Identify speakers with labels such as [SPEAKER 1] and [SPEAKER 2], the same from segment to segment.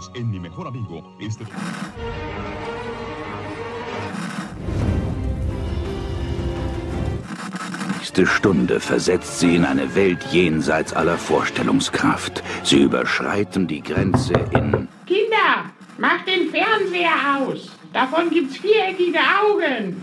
[SPEAKER 1] Dédalos es mi mejor amigo.
[SPEAKER 2] Nächste Stunde versetzt sie in eine Welt jenseits aller Vorstellungskraft. Sie überschreiten die Grenze in...
[SPEAKER 3] Kinder, macht den Fernseher aus. Davon gibt's viereckige Augen.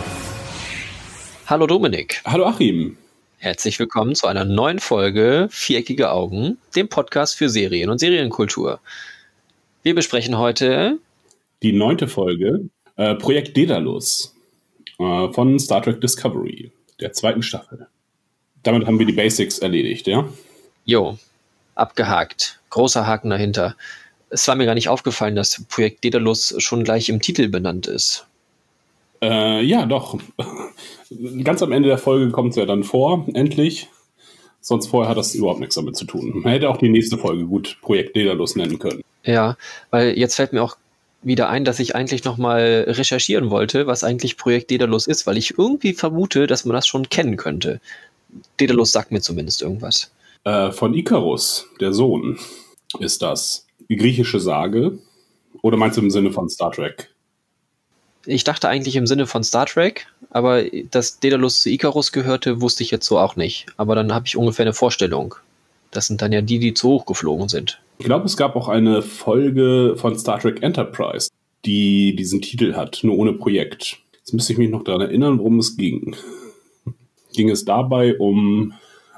[SPEAKER 4] Hallo Dominik.
[SPEAKER 5] Hallo Achim.
[SPEAKER 4] Herzlich willkommen zu einer neuen Folge Viereckige Augen, dem Podcast für Serien und Serienkultur. Wir besprechen heute
[SPEAKER 5] die 9. Folge, Projekt Daedalus von Star Trek Discovery, der 2. Staffel. Damit haben wir die Basics erledigt, ja?
[SPEAKER 4] Jo, abgehakt. Großer Haken dahinter. Es war mir gar nicht aufgefallen, dass Projekt Daedalus schon gleich im Titel benannt ist.
[SPEAKER 5] Ja, doch. Ganz am Ende der Folge kommt es ja dann vor, endlich. Sonst vorher hat das überhaupt nichts damit zu tun. Man hätte auch die nächste Folge gut Projekt Daedalus nennen können.
[SPEAKER 4] Ja, weil jetzt fällt mir auch wieder ein, dass ich eigentlich nochmal recherchieren wollte, was eigentlich Projekt Daedalus ist, weil ich irgendwie vermute, dass man das schon kennen könnte. Daedalus sagt mir zumindest irgendwas.
[SPEAKER 5] Von Ikarus, der Sohn, ist das. Die griechische Sage. Oder meinst du im Sinne von Star Trek?
[SPEAKER 4] Ich dachte eigentlich im Sinne von Star Trek, aber dass Daedalus zu Ikarus gehörte, wusste ich jetzt so auch nicht. Aber dann habe ich ungefähr eine Vorstellung. Das sind dann ja die zu hoch geflogen sind.
[SPEAKER 5] Ich glaube, es gab auch eine Folge von Star Trek Enterprise, die diesen Titel hat, nur ohne Projekt. Jetzt müsste ich mich noch daran erinnern, worum es ging. Ging es dabei um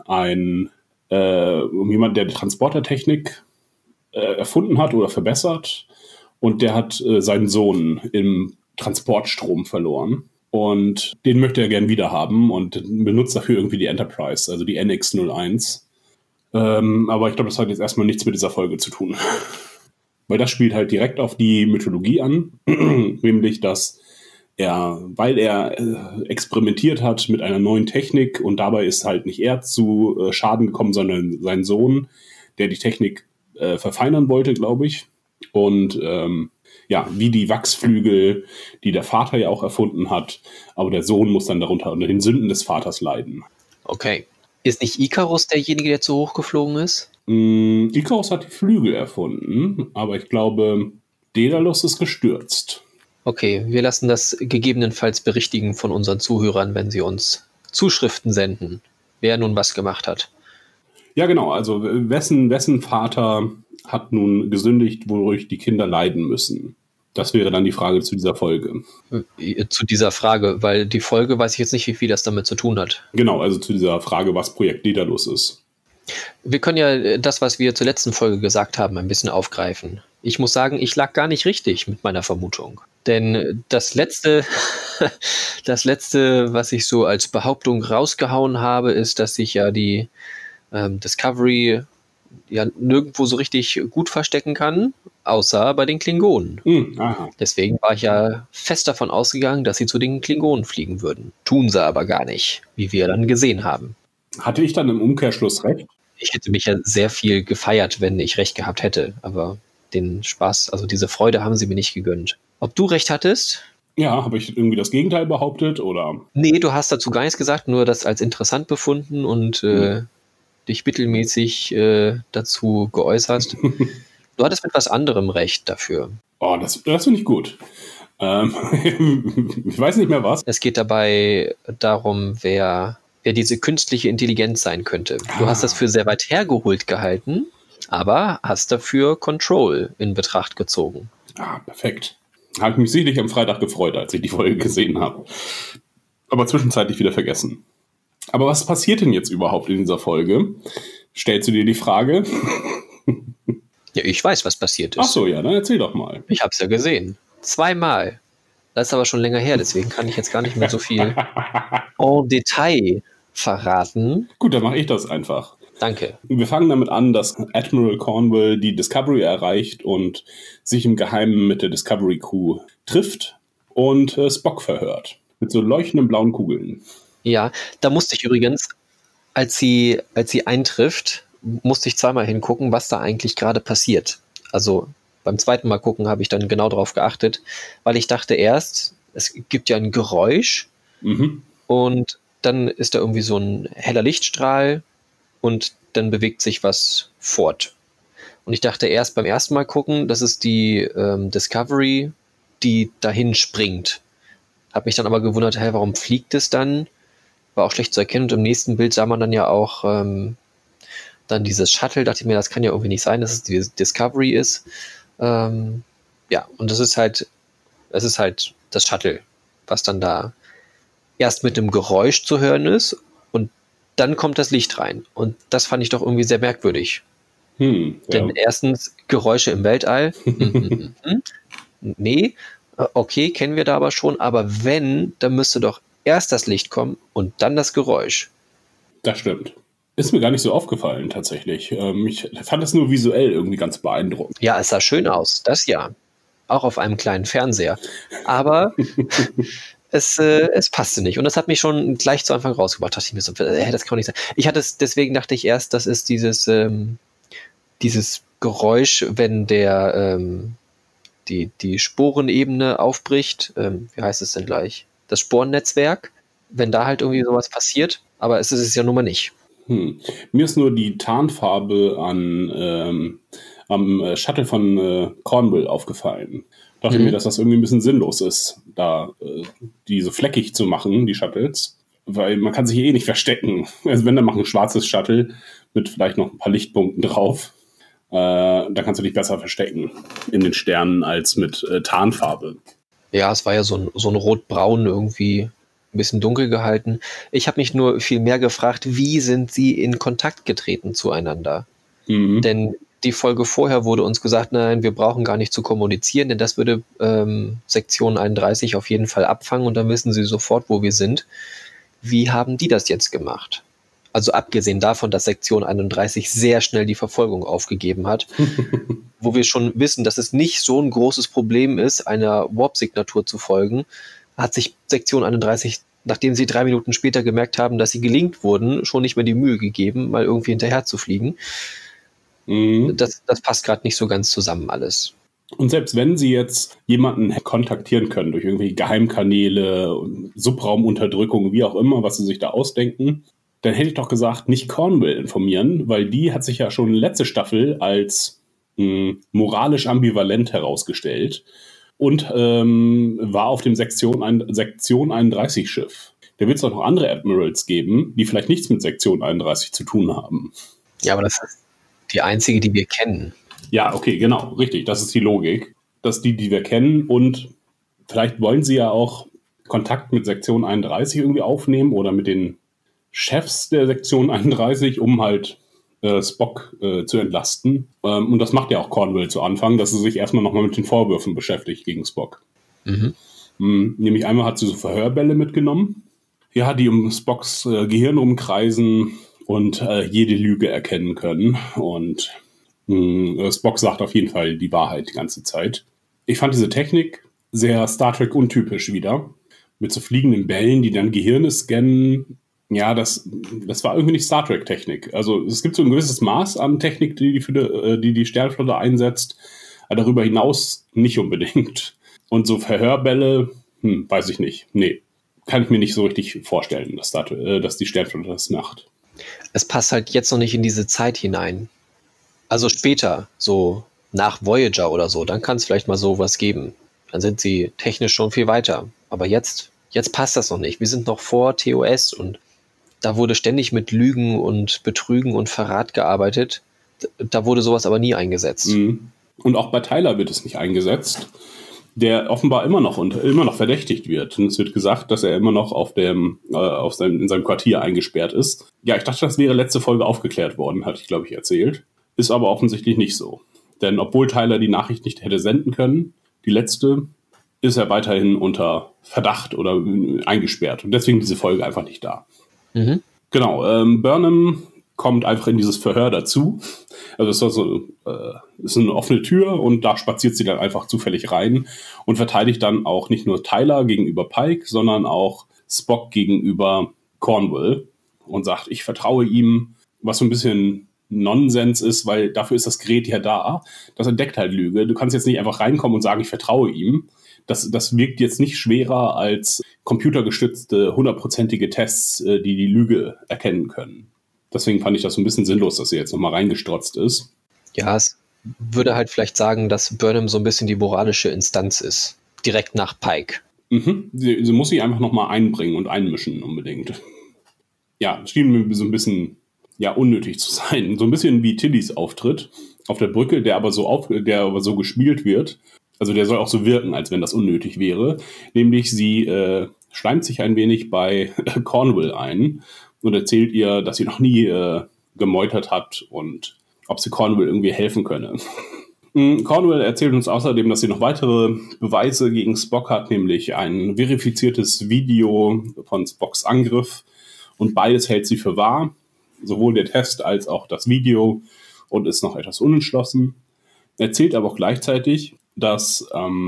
[SPEAKER 5] jemanden, der die Transportertechnik erfunden hat oder verbessert, und der hat seinen Sohn im Transportstrom verloren. Und den möchte er gern wieder haben und benutzt dafür irgendwie die Enterprise, also die NX-01. Aber ich glaube, das hat jetzt erstmal nichts mit dieser Folge zu tun. Weil das spielt halt direkt auf die Mythologie an, nämlich, dass weil er experimentiert hat mit einer neuen Technik, und dabei ist halt nicht er zu Schaden gekommen, sondern sein Sohn, der die Technik verfeinern wollte, glaube ich. Und wie die Wachsflügel, die der Vater ja auch erfunden hat, aber der Sohn muss dann darunter unter den Sünden des Vaters leiden.
[SPEAKER 4] Okay. Ist nicht Ikarus derjenige, der zu hoch geflogen ist?
[SPEAKER 5] Ikarus hat die Flügel erfunden, aber ich glaube, Daedalus ist gestürzt.
[SPEAKER 4] Okay, wir lassen das gegebenenfalls berichtigen von unseren Zuhörern, wenn sie uns Zuschriften senden, wer nun was gemacht hat.
[SPEAKER 5] Ja, genau. Also wessen Vater hat nun gesündigt, wodurch die Kinder leiden müssen? Das wäre dann die Frage zu dieser Folge.
[SPEAKER 4] Zu dieser Frage, weil die Folge weiß ich jetzt nicht, wie viel das damit zu tun hat.
[SPEAKER 5] Genau, also zu dieser Frage, was Projekt Daedalus ist.
[SPEAKER 4] Wir können ja das, was wir zur letzten Folge gesagt haben, ein bisschen aufgreifen. Ich muss sagen, ich lag gar nicht richtig mit meiner Vermutung. Denn das letzte, was ich so als Behauptung rausgehauen habe, ist, dass sich ja die Discovery ja nirgendwo so richtig gut verstecken kann, außer bei den Klingonen. Deswegen war ich ja fest davon ausgegangen, dass sie zu den Klingonen fliegen würden. Tun sie aber gar nicht, wie wir dann gesehen haben.
[SPEAKER 5] Hatte ich dann im Umkehrschluss recht?
[SPEAKER 4] Ich hätte mich ja sehr viel gefeiert, wenn ich recht gehabt hätte, aber den Spaß, also diese Freude haben sie mir nicht gegönnt. Ob du recht hattest?
[SPEAKER 5] Ja, habe ich irgendwie das Gegenteil behauptet, oder?
[SPEAKER 4] Nee, du hast dazu gar nichts gesagt, nur das als interessant befunden und dich mittelmäßig dazu geäußert. Du hattest mit was anderem recht dafür.
[SPEAKER 5] Oh, das finde ich gut. Ich weiß nicht mehr was.
[SPEAKER 4] Es geht dabei darum, wer diese künstliche Intelligenz sein könnte. Du hast das für sehr weit hergeholt gehalten, aber hast dafür Control in Betracht gezogen.
[SPEAKER 5] Perfekt. Habe ich mich sicherlich am Freitag gefreut, als ich die Folge gesehen habe. Aber zwischenzeitlich wieder vergessen. Aber was passiert denn jetzt überhaupt in dieser Folge? Stellst du dir die Frage?
[SPEAKER 4] Ja, ich weiß, was passiert ist.
[SPEAKER 5] Ach so, ja, dann erzähl doch mal.
[SPEAKER 4] Ich habe es ja gesehen. 2-mal. Das ist aber schon länger her, deswegen kann ich jetzt gar nicht mehr so viel en Detail verraten.
[SPEAKER 5] Gut, dann mache ich das einfach.
[SPEAKER 4] Danke.
[SPEAKER 5] Wir fangen damit an, dass Admiral Cornwall die Discovery erreicht und sich im Geheimen mit der Discovery Crew trifft und Spock verhört. Mit so leuchtenden blauen Kugeln.
[SPEAKER 4] Ja, da musste ich übrigens, als sie eintrifft, musste ich 2-mal hingucken, was da eigentlich gerade passiert. Also beim 2. Mal gucken habe ich dann genau darauf geachtet, weil ich dachte erst, es gibt ja ein Geräusch und dann ist da irgendwie so ein heller Lichtstrahl und dann bewegt sich was fort. Und ich dachte erst beim ersten Mal gucken, das ist die Discovery, die dahin springt. Hab mich dann aber gewundert, warum fliegt es dann? War auch schlecht zu erkennen. Und im nächsten Bild sah man dann ja auch dann dieses Shuttle. Dachte ich mir, das kann ja irgendwie nicht sein, dass es die Discovery ist. Ja, und das ist halt das Shuttle, was dann da erst mit dem Geräusch zu hören ist und dann kommt das Licht rein. Und das fand ich doch irgendwie sehr merkwürdig. Denn erstens Geräusche im Weltall. Nee, okay, kennen wir da aber schon. Aber wenn, dann müsste doch erst das Licht kommen und dann das Geräusch.
[SPEAKER 5] Das stimmt. Ist mir gar nicht so aufgefallen, tatsächlich. Ich fand es nur visuell irgendwie ganz beeindruckend.
[SPEAKER 4] Ja, es sah schön aus, das ja. Auch auf einem kleinen Fernseher. Aber es passte nicht. Und das hat mich schon gleich zu Anfang rausgebracht. Dachte ich mir so, das kann nicht sein. Deswegen dachte ich erst, das ist dieses Geräusch, wenn die Sporenebene aufbricht. Wie heißt es denn gleich? Das Sporennetzwerk. Wenn da halt irgendwie sowas passiert. Aber es ist es ja nun mal nicht.
[SPEAKER 5] Mir ist nur die Tarnfarbe am Shuttle von Cornwall aufgefallen. Dachte mir, dass das irgendwie ein bisschen sinnlos ist, da die so fleckig zu machen, die Shuttles. Weil man kann sich eh nicht verstecken. Also wenn, dann machen ein schwarzes Shuttle mit vielleicht noch ein paar Lichtpunkten drauf. Da kannst du dich besser verstecken in den Sternen als mit Tarnfarbe.
[SPEAKER 4] Ja, es war ja so ein rot-braun irgendwie, ein bisschen dunkel gehalten. Ich habe mich nur viel mehr gefragt, wie sind sie in Kontakt getreten zueinander? Denn die Folge vorher wurde uns gesagt, nein, wir brauchen gar nicht zu kommunizieren, denn das würde Sektion 31 auf jeden Fall abfangen und dann wissen sie sofort, wo wir sind. Wie haben die das jetzt gemacht? Also abgesehen davon, dass Sektion 31 sehr schnell die Verfolgung aufgegeben hat, wo wir schon wissen, dass es nicht so ein großes Problem ist, einer Warp-Signatur zu folgen, hat sich Sektion 31, nachdem sie 3 Minuten später gemerkt haben, dass sie gelingt wurden, schon nicht mehr die Mühe gegeben, mal irgendwie hinterher zu fliegen. Das passt gerade nicht so ganz zusammen alles.
[SPEAKER 5] Und selbst wenn sie jetzt jemanden kontaktieren können, durch irgendwie Geheimkanäle, Subraumunterdrückung, wie auch immer, was sie sich da ausdenken, dann hätte ich doch gesagt, nicht Cornwall informieren, weil die hat sich ja schon letzte Staffel als moralisch ambivalent herausgestellt und war auf dem Sektion 31 Schiff. Da wird es doch noch andere Admirals geben, die vielleicht nichts mit Sektion 31 zu tun haben.
[SPEAKER 4] Ja, aber das ist die einzige, die wir kennen.
[SPEAKER 5] Ja, okay, genau, richtig. Das ist die Logik. Das ist die wir kennen und vielleicht wollen sie ja auch Kontakt mit Sektion 31 irgendwie aufnehmen oder mit den Chefs der Sektion 31, um halt Spock zu entlasten. Und das macht ja auch Cornwall zu Anfang, dass sie sich erstmal nochmal mit den Vorwürfen beschäftigt gegen Spock. Nämlich einmal hat sie so Verhörbälle mitgenommen, ja, die um Spocks Gehirn rumkreisen und jede Lüge erkennen können. Und Spock sagt auf jeden Fall die Wahrheit die ganze Zeit. Ich fand diese Technik sehr Star Trek untypisch wieder. Mit so fliegenden Bällen, die dann Gehirne scannen. Ja, das war irgendwie nicht Star Trek-Technik. Also es gibt so ein gewisses Maß an Technik, die Sternflotte einsetzt, aber darüber hinaus nicht unbedingt. Und so Verhörbälle, weiß ich nicht. Nee, kann ich mir nicht so richtig vorstellen, dass die Sternflotte das macht.
[SPEAKER 4] Es passt halt jetzt noch nicht in diese Zeit hinein. Also später, so nach Voyager oder so, dann kann es vielleicht mal sowas geben. Dann sind sie technisch schon viel weiter. Aber jetzt passt das noch nicht. Wir sind noch vor TOS und da wurde ständig mit Lügen und Betrügen und Verrat gearbeitet. Da wurde sowas aber nie eingesetzt.
[SPEAKER 5] Und auch bei Tyler wird es nicht eingesetzt, der offenbar immer noch verdächtigt wird. Und es wird gesagt, dass er immer noch in seinem Quartier eingesperrt ist. Ja, ich dachte, das wäre letzte Folge aufgeklärt worden, hatte ich, glaube ich, erzählt. Ist aber offensichtlich nicht so. Denn obwohl Tyler die Nachricht nicht hätte senden können, die letzte, ist er weiterhin unter Verdacht oder eingesperrt. Und deswegen diese Folge einfach nicht da. Genau, Burnham kommt einfach in dieses Verhör dazu. Also es ist eine offene Tür und da spaziert sie dann einfach zufällig rein und verteidigt dann auch nicht nur Tyler gegenüber Pike, sondern auch Spock gegenüber Cornwall und sagt, ich vertraue ihm, was so ein bisschen Nonsens ist, weil dafür ist das Gerät ja da. Das entdeckt halt Lüge. Du kannst jetzt nicht einfach reinkommen und sagen, ich vertraue ihm. Das wirkt jetzt nicht schwerer als computergestützte, 100%ige Tests, die Lüge erkennen können. Deswegen fand ich das so ein bisschen sinnlos, dass sie jetzt nochmal reingestrotzt ist.
[SPEAKER 4] Ja, es würde halt vielleicht sagen, dass Burnham so ein bisschen die moralische Instanz ist. Direkt nach Pike.
[SPEAKER 5] Mhm. Sie muss sich einfach nochmal einbringen und einmischen unbedingt. Ja, es schien mir so ein bisschen unnötig zu sein. So ein bisschen wie Tillys Auftritt auf der Brücke, der aber so gespielt wird. Also der soll auch so wirken, als wenn das unnötig wäre. Nämlich sie schleimt sich ein wenig bei Cornwell ein und erzählt ihr, dass sie noch nie gemeutert hat und ob sie Cornwell irgendwie helfen könne. Cornwell erzählt uns außerdem, dass sie noch weitere Beweise gegen Spock hat, nämlich ein verifiziertes Video von Spocks Angriff. Und beides hält sie für wahr, sowohl der Test als auch das Video, und ist noch etwas unentschlossen. Erzählt aber auch gleichzeitig, dass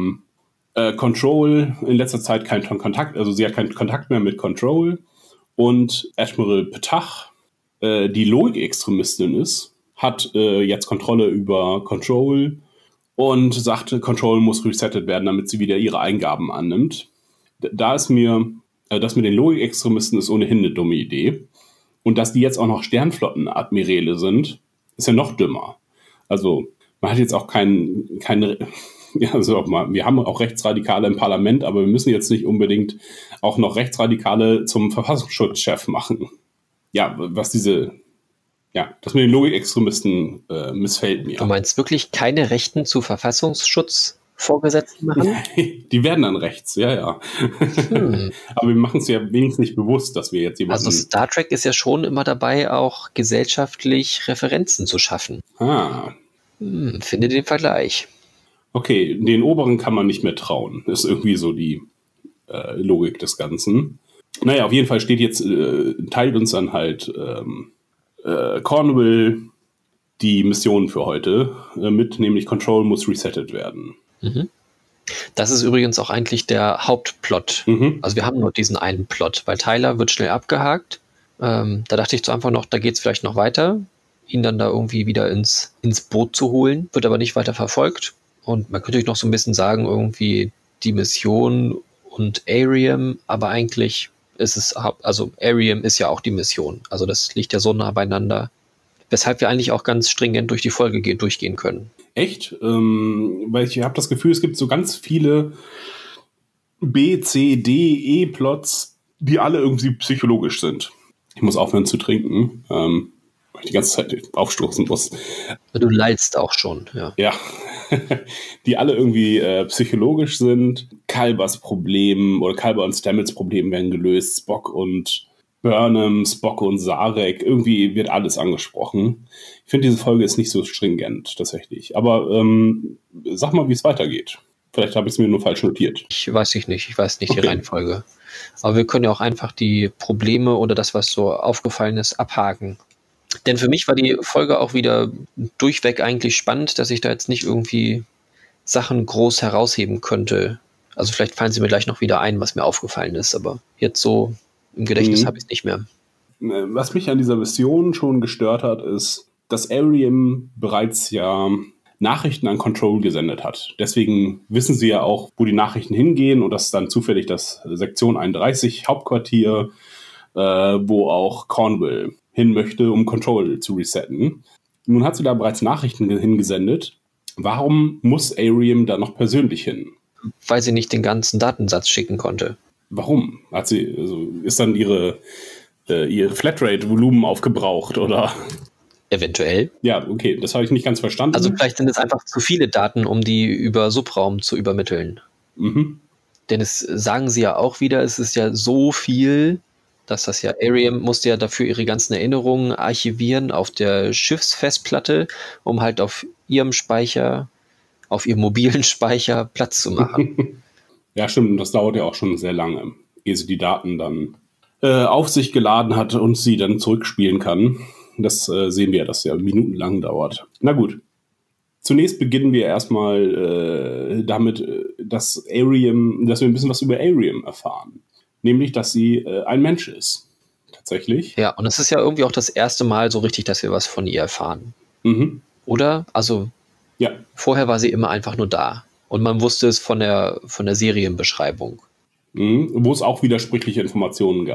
[SPEAKER 5] Control in letzter Zeit keinen Kontakt, also sie hat keinen Kontakt mehr mit Control, und Admiral Petach, die Logikextremistin ist, hat jetzt Kontrolle über Control und sagt, Control muss resettet werden, damit sie wieder ihre Eingaben annimmt. Das mit den Logikextremisten ist ohnehin eine dumme Idee. Und dass die jetzt auch noch Sternflottenadmiräle sind, ist ja noch dümmer. Also man hat jetzt auch wir haben auch Rechtsradikale im Parlament, aber wir müssen jetzt nicht unbedingt auch noch Rechtsradikale zum Verfassungsschutzchef machen. Ja, das mit den Logikextremisten missfällt mir.
[SPEAKER 4] Du meinst wirklich keine Rechten zu Verfassungsschutzvorgesetzten machen?
[SPEAKER 5] Die werden dann rechts, ja. Aber wir machen es ja wenigstens nicht bewusst, dass wir jetzt jemanden...
[SPEAKER 4] Also Star Trek ist ja schon immer dabei, auch gesellschaftlich Referenzen zu schaffen. Finde den Vergleich.
[SPEAKER 5] Okay, den Oberen kann man nicht mehr trauen. Das ist irgendwie so die Logik des Ganzen. Naja, auf jeden Fall steht jetzt, teilt uns dann halt Cornwell die Mission für heute mit, nämlich Control muss resettet werden.
[SPEAKER 4] Mhm. Das ist übrigens auch eigentlich der Hauptplot. Also wir haben nur diesen einen Plot, weil Tyler wird schnell abgehakt. Da dachte ich so einfach noch, da geht es vielleicht noch weiter, ihn dann da irgendwie wieder ins Boot zu holen, wird aber nicht weiter verfolgt. Und man könnte natürlich noch so ein bisschen sagen, irgendwie die Mission und Airiam, aber eigentlich ist es, also Airiam ist ja auch die Mission. Also das liegt ja so nah beieinander, weshalb wir eigentlich auch ganz stringent durch die Folge durchgehen können.
[SPEAKER 5] Echt? Weil ich habe das Gefühl, es gibt so ganz viele B, C, D, E-Plots, die alle irgendwie psychologisch sind. Ich muss aufhören zu trinken, weil ich die ganze Zeit aufstoßen muss.
[SPEAKER 4] Du leidst auch schon, ja.
[SPEAKER 5] Ja, die alle irgendwie psychologisch sind. Culbers Problem oder Culber und Stamets Problem werden gelöst. Spock und Burnham, Spock und Sarek, irgendwie wird alles angesprochen. Ich finde, diese Folge ist nicht so stringent, tatsächlich. Aber sag mal, wie es weitergeht. Vielleicht habe ich es mir nur falsch notiert.
[SPEAKER 4] Ich weiß nicht die Reihenfolge. Aber wir können ja auch einfach die Probleme oder das, was so aufgefallen ist, abhaken. Denn für mich war die Folge auch wieder durchweg eigentlich spannend, dass ich da jetzt nicht irgendwie Sachen groß herausheben könnte. Also vielleicht fallen sie mir gleich noch wieder ein, was mir aufgefallen ist, aber jetzt so im Gedächtnis habe ich es nicht mehr.
[SPEAKER 5] Was mich an dieser Mission schon gestört hat, ist, dass Airiam bereits ja Nachrichten an Control gesendet hat. Deswegen wissen sie ja auch, wo die Nachrichten hingehen, und das ist dann zufällig das Sektion 31 Hauptquartier, wo auch Cornwell hin möchte, um Control zu resetten. Nun hat sie da bereits Nachrichten hingesendet. Warum muss Airiam da noch persönlich hin?
[SPEAKER 4] Weil sie nicht den ganzen Datensatz schicken konnte.
[SPEAKER 5] Warum? Ist dann ihre Flatrate-Volumen aufgebraucht, oder?
[SPEAKER 4] Eventuell.
[SPEAKER 5] Ja, okay, das habe ich nicht ganz verstanden.
[SPEAKER 4] Also vielleicht sind es einfach zu viele Daten, um die über Subraum zu übermitteln. Denn es sagen sie ja auch wieder, es ist ja so viel, dass das ja, Airiam musste ja dafür ihre ganzen Erinnerungen archivieren auf der Schiffsfestplatte, um halt auf ihrem Speicher, auf ihrem mobilen Speicher Platz zu machen.
[SPEAKER 5] Ja, stimmt, und das dauert ja auch schon sehr lange, ehe sie die Daten dann auf sich geladen hat und sie dann zurückspielen kann. Das sehen wir, dass ja minutenlang dauert. Na gut. Zunächst beginnen wir erstmal damit, dass wir ein bisschen was über Airiam erfahren. Nämlich, dass sie ein Mensch ist. Tatsächlich.
[SPEAKER 4] Ja, und es ist ja irgendwie auch das erste Mal so richtig, dass wir was von ihr erfahren. Oder? Also,
[SPEAKER 5] ja.
[SPEAKER 4] Vorher war sie immer einfach nur da. Und man wusste es von der Serienbeschreibung.
[SPEAKER 5] Wo es auch widersprüchliche Informationen gab.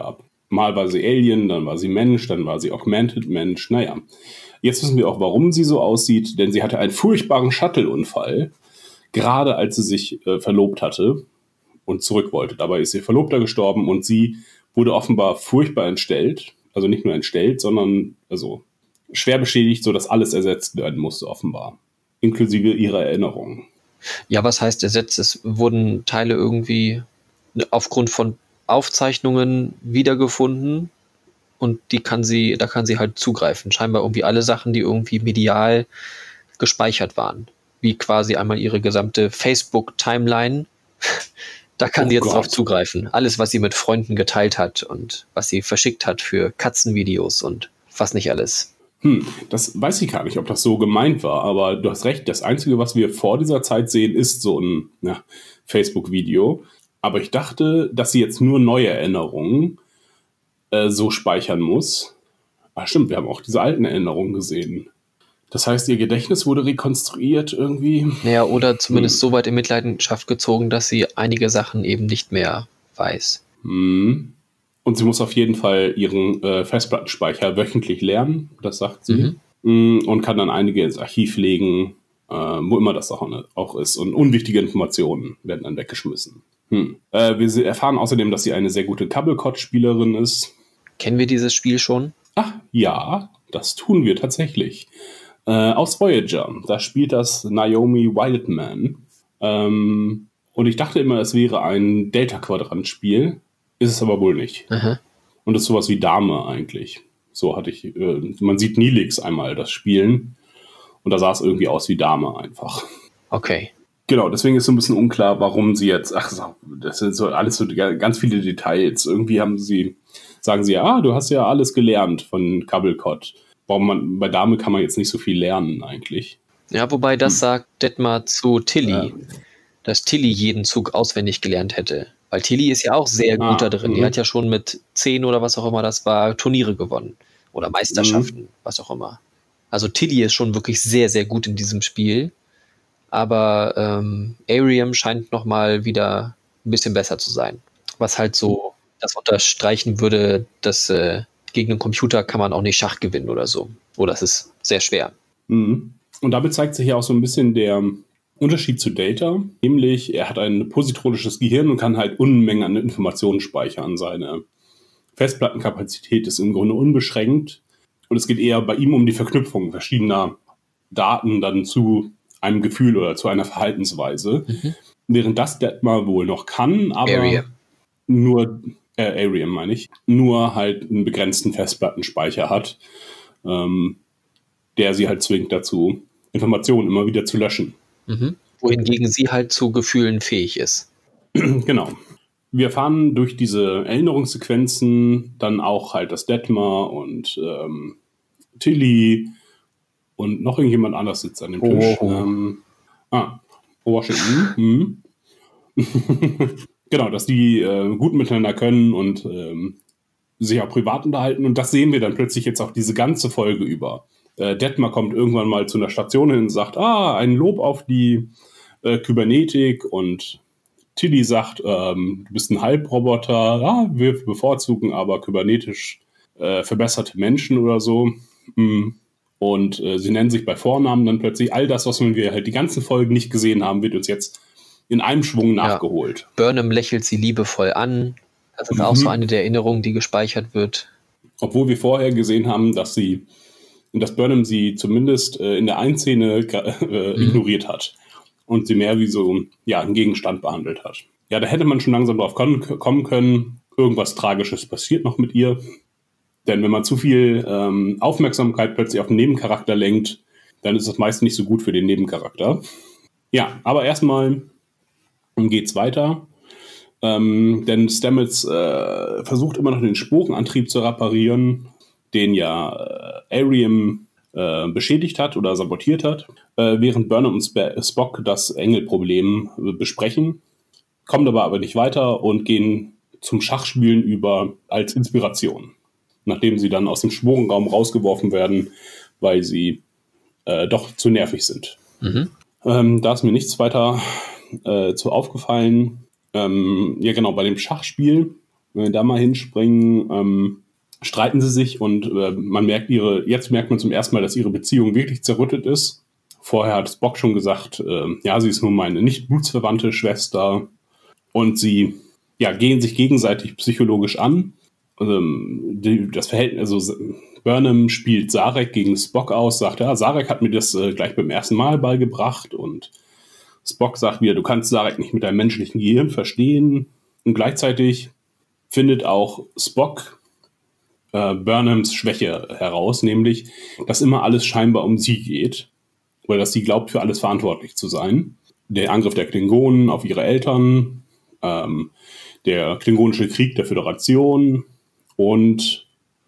[SPEAKER 5] Mal war sie Alien, dann war sie Mensch, dann war sie Augmented Mensch. Naja, jetzt wissen wir auch, warum sie so aussieht, denn sie hatte einen furchtbaren Shuttle-Unfall, gerade als sie sich verlobt hatte und zurück wollte. Dabei ist ihr Verlobter gestorben und sie wurde offenbar furchtbar entstellt. Also nicht nur entstellt, sondern also schwer beschädigt, sodass alles ersetzt werden musste, offenbar. Inklusive ihrer Erinnerungen.
[SPEAKER 4] Ja, was heißt ersetzt? Es wurden Teile irgendwie aufgrund von Aufzeichnungen wiedergefunden und da kann sie halt zugreifen. Scheinbar irgendwie alle Sachen, die irgendwie medial gespeichert waren. Wie quasi einmal ihre gesamte Facebook-Timeline. Da kann sie jetzt drauf zugreifen. Alles, was sie mit Freunden geteilt hat und was sie verschickt hat für Katzenvideos und was nicht alles.
[SPEAKER 5] Das weiß ich gar nicht, ob das so gemeint war, aber du hast recht. Das Einzige, was wir vor dieser Zeit sehen, ist so ein Facebook-Video. Aber ich dachte, dass sie jetzt nur neue Erinnerungen so speichern muss. Ah, stimmt, wir haben auch diese alten Erinnerungen gesehen. Das heißt, ihr Gedächtnis wurde rekonstruiert irgendwie?
[SPEAKER 4] Naja, oder zumindest so weit in Mitleidenschaft gezogen, dass sie einige Sachen eben nicht mehr weiß.
[SPEAKER 5] Und sie muss auf jeden Fall ihren Festplattenspeicher wöchentlich leeren, das sagt sie. Und kann dann einige ins Archiv legen, wo immer das auch ist. Und unwichtige Informationen werden dann weggeschmissen. Wir erfahren außerdem, dass sie eine sehr gute Cobblecott-Spielerin ist.
[SPEAKER 4] Kennen wir dieses Spiel schon?
[SPEAKER 5] Ach ja, das tun wir tatsächlich. Aus Voyager. Da spielt das Naomi Wildman. Und ich dachte immer, es wäre ein Delta-Quadrant-Spiel. Ist es aber wohl nicht.
[SPEAKER 4] Aha.
[SPEAKER 5] Und das ist sowas wie Dame eigentlich. So hatte ich, man sieht Nilix einmal das Spielen. Und da sah es irgendwie aus wie Dame einfach.
[SPEAKER 4] Okay.
[SPEAKER 5] Genau, deswegen ist so ein bisschen unklar, warum sie jetzt, das sind so alles so ganz viele Details. Irgendwie sagen sie, du hast ja alles gelernt von Cobblecott. Bei Dame kann man jetzt nicht so viel lernen eigentlich.
[SPEAKER 4] Ja, wobei das sagt Detmar zu Tilly, dass Tilly jeden Zug auswendig gelernt hätte. Weil Tilly ist ja auch sehr gut da drin. Die hat ja schon mit 10 oder was auch immer das war, Turniere gewonnen. Oder Meisterschaften, was auch immer. Also Tilly ist schon wirklich sehr, sehr gut in diesem Spiel. Aber Ariam scheint nochmal wieder ein bisschen besser zu sein. Was halt so das unterstreichen würde, dass gegen einen Computer kann man auch nicht Schach gewinnen oder so. Oder es ist sehr schwer.
[SPEAKER 5] Und damit zeigt sich ja auch so ein bisschen der Unterschied zu Data. Nämlich, er hat ein positronisches Gehirn und kann halt Unmengen an Informationen speichern. Seine Festplattenkapazität ist im Grunde unbeschränkt. Und es geht eher bei ihm um die Verknüpfung verschiedener Daten dann zu einem Gefühl oder zu einer Verhaltensweise. Während das Detmar wohl noch kann, aber Ariam meine ich, nur halt einen begrenzten Festplattenspeicher hat, der sie halt zwingt dazu, Informationen immer wieder zu löschen.
[SPEAKER 4] Wohingegen sie halt zu Gefühlen fähig ist.
[SPEAKER 5] Genau. Wir erfahren durch diese Erinnerungssequenzen dann auch halt, dass Detmar und Tilly und noch irgendjemand anders sitzt an dem Tisch. Washington. Genau, dass die gut miteinander können und sich auch privat unterhalten. Und das sehen wir dann plötzlich jetzt auch diese ganze Folge über. Detmar kommt irgendwann mal zu einer Station hin und sagt, ein Lob auf die Kybernetik. Und Tilly sagt, du bist ein Halbroboter. Wir bevorzugen aber kybernetisch verbesserte Menschen oder so. Und sie nennen sich bei Vornamen dann plötzlich. All das, was wir halt die ganzen Folgen nicht gesehen haben, wird uns jetzt in einem Schwung nachgeholt.
[SPEAKER 4] Burnham lächelt sie liebevoll an. Das ist auch so eine der Erinnerungen, die gespeichert wird.
[SPEAKER 5] Obwohl wir vorher gesehen haben, dass Burnham sie zumindest in der einen Szene ignoriert hat und sie mehr wie so einen Gegenstand behandelt hat. Ja, da hätte man schon langsam drauf kommen können, irgendwas Tragisches passiert noch mit ihr. Denn wenn man zu viel Aufmerksamkeit plötzlich auf den Nebencharakter lenkt, dann ist das meist nicht so gut für den Nebencharakter. Ja, aber erstmal geht's weiter. Denn Stamets versucht immer noch den Sporenantrieb zu reparieren, den ja Ariam beschädigt hat oder sabotiert hat, während Burnham und Spock das Engelproblem besprechen, kommen aber nicht weiter und gehen zum Schachspielen über als Inspiration, nachdem sie dann aus dem Sporenraum rausgeworfen werden, weil sie doch zu nervig sind. Da ist mir nichts weiter zu aufgefallen. Ja genau, bei dem Schachspiel Wenn wir da mal hinspringen, streiten sie sich und jetzt merkt man zum ersten Mal, dass ihre Beziehung wirklich zerrüttet ist. Vorher hat Spock schon gesagt, sie ist nur meine nicht blutsverwandte Schwester. Und sie gehen sich gegenseitig psychologisch an. Das Verhältnis, also Burnham spielt Sarek gegen Spock aus, sagt, Sarek hat mir das gleich beim ersten Mal beigebracht. Und Spock sagt wieder, du kannst Sarek nicht mit deinem menschlichen Gehirn verstehen. Und gleichzeitig findet auch Spock Burnhams Schwäche heraus, nämlich, dass immer alles scheinbar um sie geht. Oder dass sie glaubt, für alles verantwortlich zu sein. Der Angriff der Klingonen auf ihre Eltern, der Klingonische Krieg der Föderation und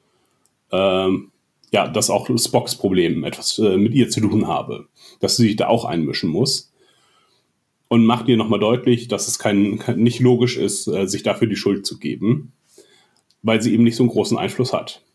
[SPEAKER 5] dass auch Spocks Problem etwas mit ihr zu tun habe. Dass sie sich da auch einmischen muss. Und macht ihr nochmal deutlich, dass es nicht logisch ist, sich dafür die Schuld zu geben, weil sie eben nicht so einen großen Einfluss hat.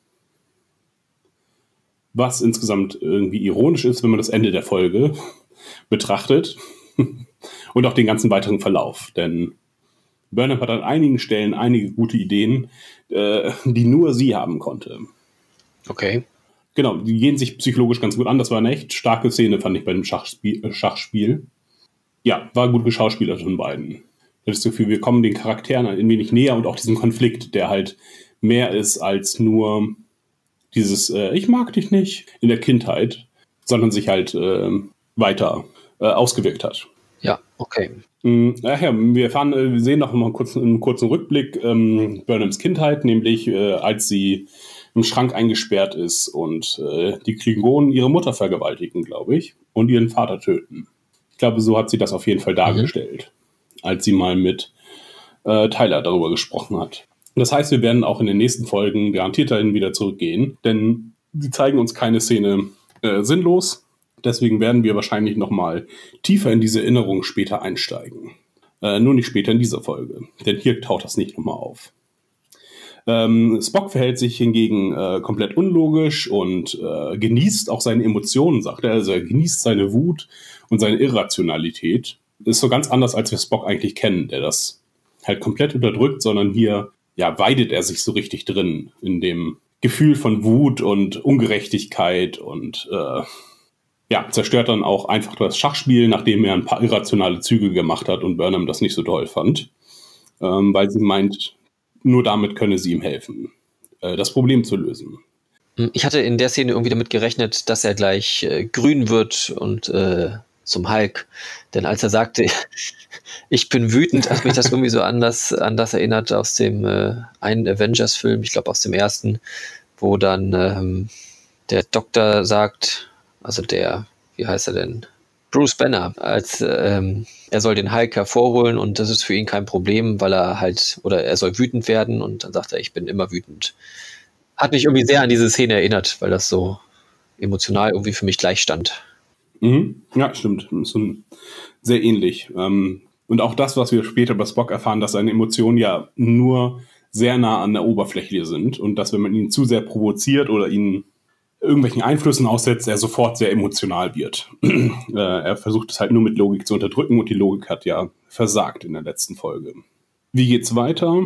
[SPEAKER 5] Was insgesamt irgendwie ironisch ist, wenn man das Ende der Folge betrachtet und auch den ganzen weiteren Verlauf. Denn Burnham hat an einigen Stellen einige gute Ideen, die nur sie haben konnte.
[SPEAKER 4] Okay.
[SPEAKER 5] Genau, die gehen sich psychologisch ganz gut an. Das war eine echt starke Szene, fand ich, bei dem Schachspiel. Ja, war gut geschauspielert von beiden. Ich habe das Gefühl, wir kommen den Charakteren ein wenig näher und auch diesem Konflikt, der halt mehr ist als nur dieses ich mag dich nicht in der Kindheit, sondern sich halt weiter ausgewirkt hat.
[SPEAKER 4] Ja, okay.
[SPEAKER 5] Wir sehen noch mal einen kurzen Rückblick Burnhams Kindheit, nämlich als sie im Schrank eingesperrt ist und die Klingonen ihre Mutter vergewaltigen, glaube ich, und ihren Vater töten. Ich glaube, so hat sie das auf jeden Fall dargestellt, als sie mal mit Tyler darüber gesprochen hat. Das heißt, wir werden auch in den nächsten Folgen garantiert dahin wieder zurückgehen, denn sie zeigen uns keine Szene sinnlos. Deswegen werden wir wahrscheinlich noch mal tiefer in diese Erinnerung später einsteigen. Nur nicht später in dieser Folge, denn hier taucht das nicht nochmal auf. Spock verhält sich hingegen komplett unlogisch und genießt auch seine Emotionen, sagt er. Also er genießt seine Wut und seine Irrationalität. Das ist so ganz anders, als wir Spock eigentlich kennen, der das halt komplett unterdrückt, sondern hier weidet er sich so richtig drin in dem Gefühl von Wut und Ungerechtigkeit und zerstört dann auch einfach das Schachspiel, nachdem er ein paar irrationale Züge gemacht hat und Burnham das nicht so toll fand, weil sie meint, nur damit könne sie ihm helfen, das Problem zu lösen.
[SPEAKER 4] Ich hatte in der Szene irgendwie damit gerechnet, dass er gleich grün wird und zum Hulk. Denn als er sagte, ich bin wütend, hat mich das irgendwie so an das erinnert aus dem einen Avengers-Film, ich glaube aus dem ersten, wo dann der Doktor sagt, also wie heißt er denn? Bruce Banner, als er soll den Hulk hervorholen und das ist für ihn kein Problem, weil er soll wütend werden und dann sagt er, ich bin immer wütend. Hat mich irgendwie sehr an diese Szene erinnert, weil das so emotional irgendwie für mich gleich stand.
[SPEAKER 5] Mhm. Ja, stimmt. Das ist sehr ähnlich. Und auch das, was wir später bei Spock erfahren, dass seine Emotionen ja nur sehr nah an der Oberfläche sind und dass, wenn man ihn zu sehr provoziert oder ihn irgendwelchen Einflüssen aussetzt, er sofort sehr emotional wird. Er versucht es halt nur mit Logik zu unterdrücken und die Logik hat ja versagt in der letzten Folge. Wie geht's weiter?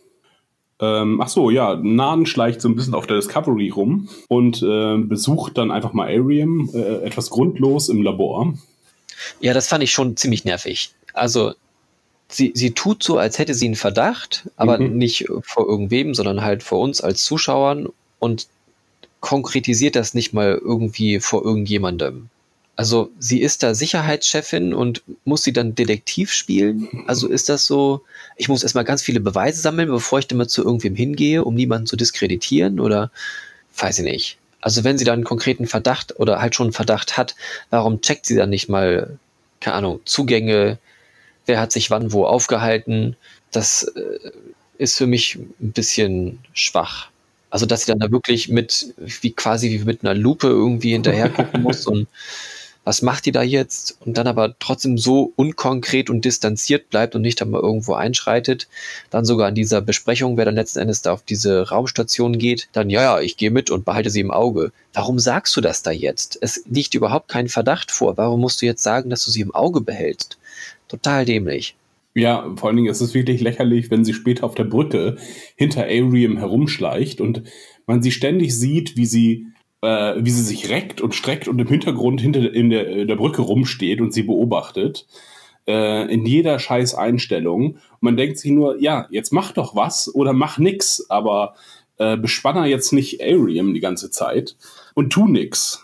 [SPEAKER 5] Naden schleicht so ein bisschen auf der Discovery rum und besucht dann einfach mal Ariam etwas grundlos im Labor.
[SPEAKER 4] Ja, das fand ich schon ziemlich nervig. Also sie tut so, als hätte sie einen Verdacht, aber nicht vor irgendwem, sondern halt vor uns als Zuschauern und konkretisiert das nicht mal irgendwie vor irgendjemandem. Also sie ist da Sicherheitschefin und muss sie dann Detektiv spielen? Also ist das so, ich muss erstmal ganz viele Beweise sammeln, bevor ich dann mal zu irgendwem hingehe, um niemanden zu diskreditieren oder weiß ich nicht. Also wenn sie dann einen konkreten Verdacht oder halt schon einen Verdacht hat, warum checkt sie dann nicht mal, keine Ahnung, Zugänge, wer hat sich wann wo aufgehalten? Das ist für mich ein bisschen schwach. Also, dass sie dann da wirklich wie mit einer Lupe irgendwie hinterher gucken muss und was macht die da jetzt? Und dann aber trotzdem so unkonkret und distanziert bleibt und nicht dann mal irgendwo einschreitet. Dann sogar an dieser Besprechung, wer dann letzten Endes da auf diese Raumstation geht, dann, ich gehe mit und behalte sie im Auge. Warum sagst du das da jetzt? Es liegt überhaupt kein Verdacht vor. Warum musst du jetzt sagen, dass du sie im Auge behältst? Total dämlich.
[SPEAKER 5] Ja, vor allen Dingen ist es wirklich lächerlich, wenn sie später auf der Brücke hinter Airiam herumschleicht und man sie ständig sieht, wie sie sich reckt und streckt und im Hintergrund in der Brücke rumsteht und sie beobachtet. In jeder scheiß Einstellung. Und man denkt sich nur, ja, jetzt mach doch was oder mach nix, aber bespanner jetzt nicht Airiam die ganze Zeit und tu nix.